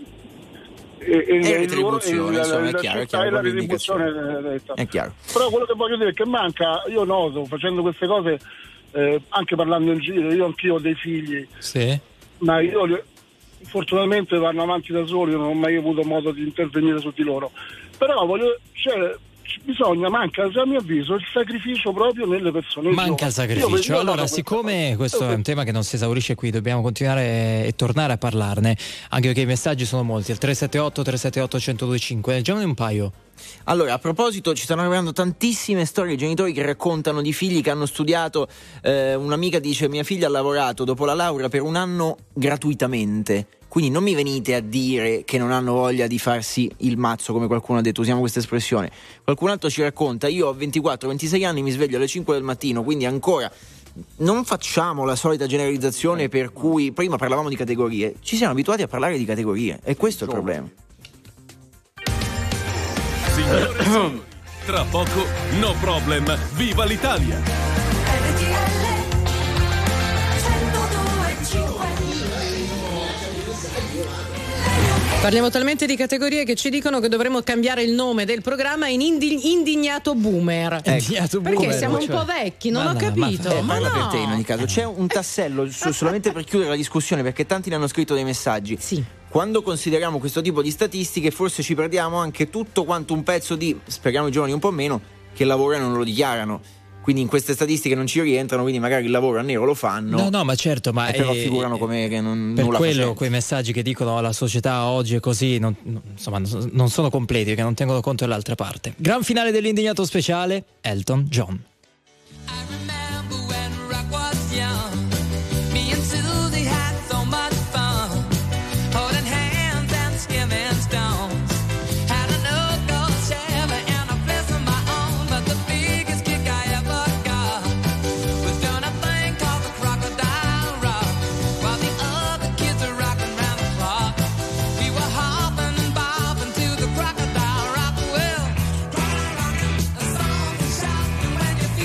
e, e, E il retribuzione, loro- e insomma, la, è la chiaro, è città chiaro, e la proprio retribuzione detta. È chiaro. Però quello che voglio dire è che manca, io noto facendo queste cose eh, anche parlando in giro, io anch'io ho dei figli, Sì. ma io li- fortunatamente vanno avanti da soli, io non ho mai avuto modo di intervenire su di loro, però voglio, cioè, bisogna, manca a mio avviso il sacrificio proprio nelle persone Manca il giovani. sacrificio. Io- io Allora, noto siccome questa questo è un tema che non si esaurisce qui, dobbiamo continuare e tornare a parlarne, anche perché i messaggi sono molti. Il tre sette otto tre sette otto uno zero due cinque, leggiamone un paio. Allora, a proposito, ci stanno arrivando tantissime storie di genitori che raccontano di figli che hanno studiato. Eh, un'amica dice: mia figlia ha lavorato dopo la laurea per un anno gratuitamente. Quindi non mi venite a dire che non hanno voglia di farsi il mazzo, come qualcuno ha detto, usiamo questa espressione. Qualcun altro ci racconta: io ho ventiquattro ventisei anni, mi sveglio alle cinque del mattino, quindi ancora non facciamo la solita generalizzazione per cui prima parlavamo di categorie, ci siamo abituati a parlare di categorie e questo è il problema. Signore e signori, tra poco No Problem, viva l'Italia! Parliamo talmente di categorie che ci dicono che dovremmo cambiare il nome del programma in indi- Indignato Boomer. Indignato Perché Boomer, siamo un cioè. po' vecchi, non Ma ho no, capito. Ma, eh, Ma parla no. per te in ogni caso. C'è un tassello so- solamente per chiudere la discussione, perché tanti ne hanno scritto dei messaggi. Sì. Quando consideriamo questo tipo di statistiche, forse ci perdiamo anche tutto quanto un pezzo di, speriamo i giovani un po' meno, che lavorano e non lo dichiarano. Quindi in queste statistiche non ci rientrano, quindi magari il lavoro a nero lo fanno. No, no, ma certo, ma e però eh, figurano come che non per nulla quello facenti. quei messaggi che dicono la società oggi è così, non, non- insomma, non non sono completi, perché non tengono conto dell'altra parte. Gran finale dell'Indignato speciale, Elton John. Me and Susie had so much fun, holding hands and skimming stones. Had a no-go Chevy and a place of my own, but the biggest kick I ever got was doing a thing called the Crocodile Rock, while the other kids are rocking round the clock. We were hopping and bobbing to the Crocodile Rock. Well, a song and shouting when you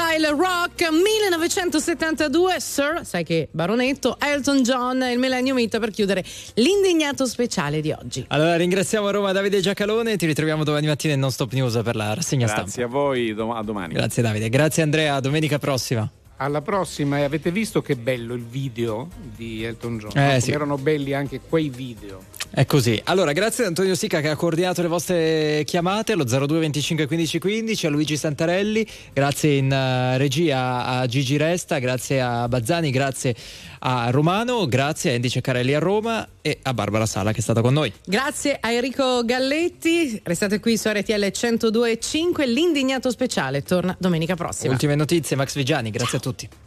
Style Rock millenovecentosettantadue, Sir, sai che baronetto, Elton John, il Millennium Hit per chiudere l'indignato speciale di oggi. Allora ringraziamo a Roma Davide Giacalone, ti ritroviamo domani mattina in Non Stop News per la rassegna stampa. Grazie a voi, dom- a domani. Grazie Davide, grazie Andrea, domenica prossima. Alla prossima. E avete visto che bello il video di Elton John? Eh, no? sì. Erano belli anche quei video. È così. Allora, grazie ad Antonio Sica che ha coordinato le vostre chiamate allo zero due venticinque quindici quindici, a Luigi Santarelli, grazie in uh, regia a Gigi Resta, grazie a Bazzani, grazie a Romano, grazie a Andy Ceccarelli a Roma e a Barbara Sala che è stata con noi. Grazie a Enrico Galletti, restate qui su R T L centodue e cinque, l'indignato speciale torna domenica prossima. Ultime notizie, Max Vigiani, grazie a tutti.